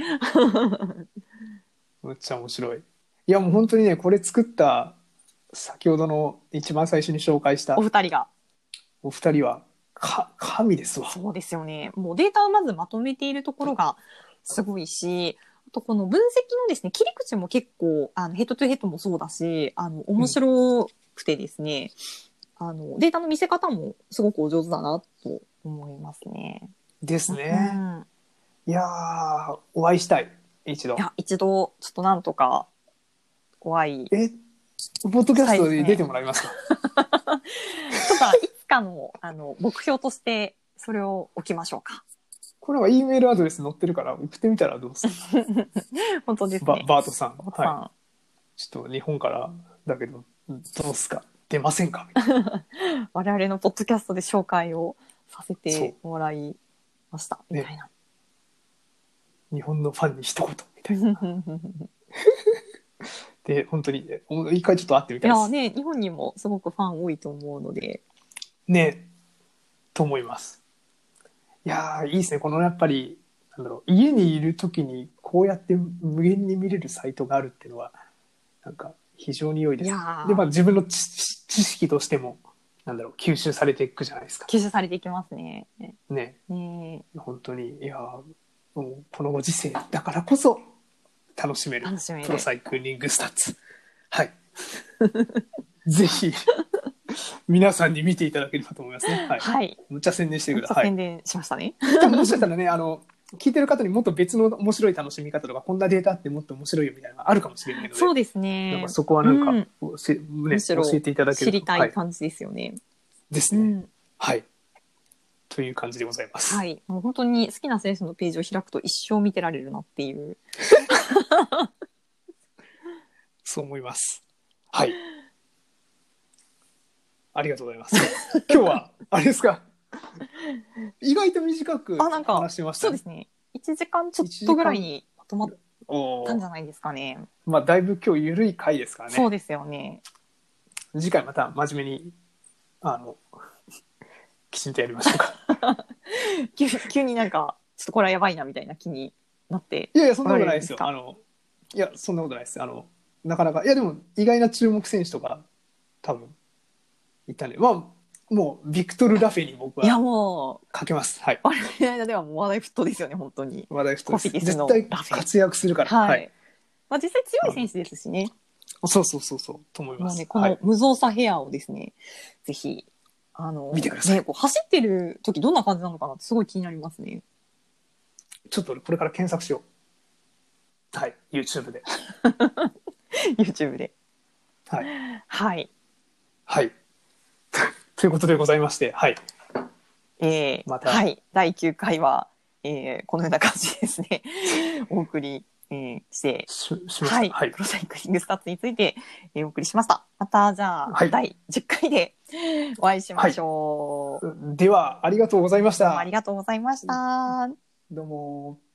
めっちゃ面白い。いやもう本当にね、これ作った先ほどの一番最初に紹介したお二人が。 お二人は神ですわ。 そうですよね。もうデータをまずまとめているところがすごいし、あとこの分析のですね、切り口も結構、ヘッドトゥヘッドもそうだし、面白くてですね、データの見せ方もすごくお上手だなと思いますね。 ですね。 うん、 いやー、お会いしたい。一度。 いや、一度、ちょっとなんとか、お会い。 ポッドキャストで出てもらえますか？ ちょっといつかの、目標として、それを置きましょうか。 これは E メールアドレス載ってるから送ってみたらどうですか？ 本当ですね。 バートさん。 はい。 ちょっと日本からだけど、どうすか？出ませんか？みたいな。 我々のポッドキャストで紹介をさせてもらいました。みたいな。 日本のファンに一言みたいな。で、本当に、一回ちょっと会ってみたいです。 いやね、日本にもすごくファン多いと思うので。 ね、と思います。いやー、いいですね。このやっぱり、なんだろう、家にいるときにこうやって無限に見れるサイトがあるっていうのは、なんか非常に良いです。で、まあ自分の知識としても、なんだろう、吸収されていくじゃないですか。 吸収されていきますね。 ね。 ね、 本当に、いやー、もうこのご時世だからこそ楽しめるプロサイクリングスタッツ。はい。ぜひ皆さんに見ていただければと思いますね。はい。 はい、 むっちゃ宣伝してください。 宣伝しましたね。 もしかしたらね、聞いてる方にもっと別の面白い楽しみ方とか、こんなデータってもっと面白いよみたいなのがあるかもしれないので。 そうですね。 なんかそこはなんか、ね、教えていただけると知りたい感じですよね。はい、 ですね。はい。という感じでございます。 はい。もう本当に好きな選手のページを開くと一生見てられるなっていう。 そう思います。はい。ありがとうございます。今日は、あれですか。意外と短く話しましたね。 そうですね。1時間ちょっとぐらいにまとまったんじゃないですかね。 まあ、だいぶ今日緩い回ですからね。 そうですよね。 次回また真面目に、きちんとやりましょうか。 急になんか、ちょっとこれはやばいなみたいな気になって。 いやいや、そんなことないですよ。いや、そんなことないです。なかなか、いや、でも、意外な注目選手とか、多分、いたんで、まあ、もう、ビクトル・ラフェに僕は、いや、もう、かけます。はい。 我々の間ではもう話題沸騰ですよね、本当に。 話題沸騰です。絶対活躍するから。 はい。まあ、実際強い選手ですしね。 そう、と思います。 この無造作ヘアをですね、ぜひ、 見てください。 ね、走ってる時どんな感じなのかなってすごい気になりますね。 ちょっとこれから検索しよう。はい、YouTube で。 YouTube で。 はい。 はい。 はい。ということでございまして、はい。 また。はい。第9回は、このような感じですね。お送り、してはい、プロサイクリングスタッツについて、お送りしました。またじゃあ、第10回でお会いしましょう。 ではありがとうございました。 ありがとうございました。 どうも。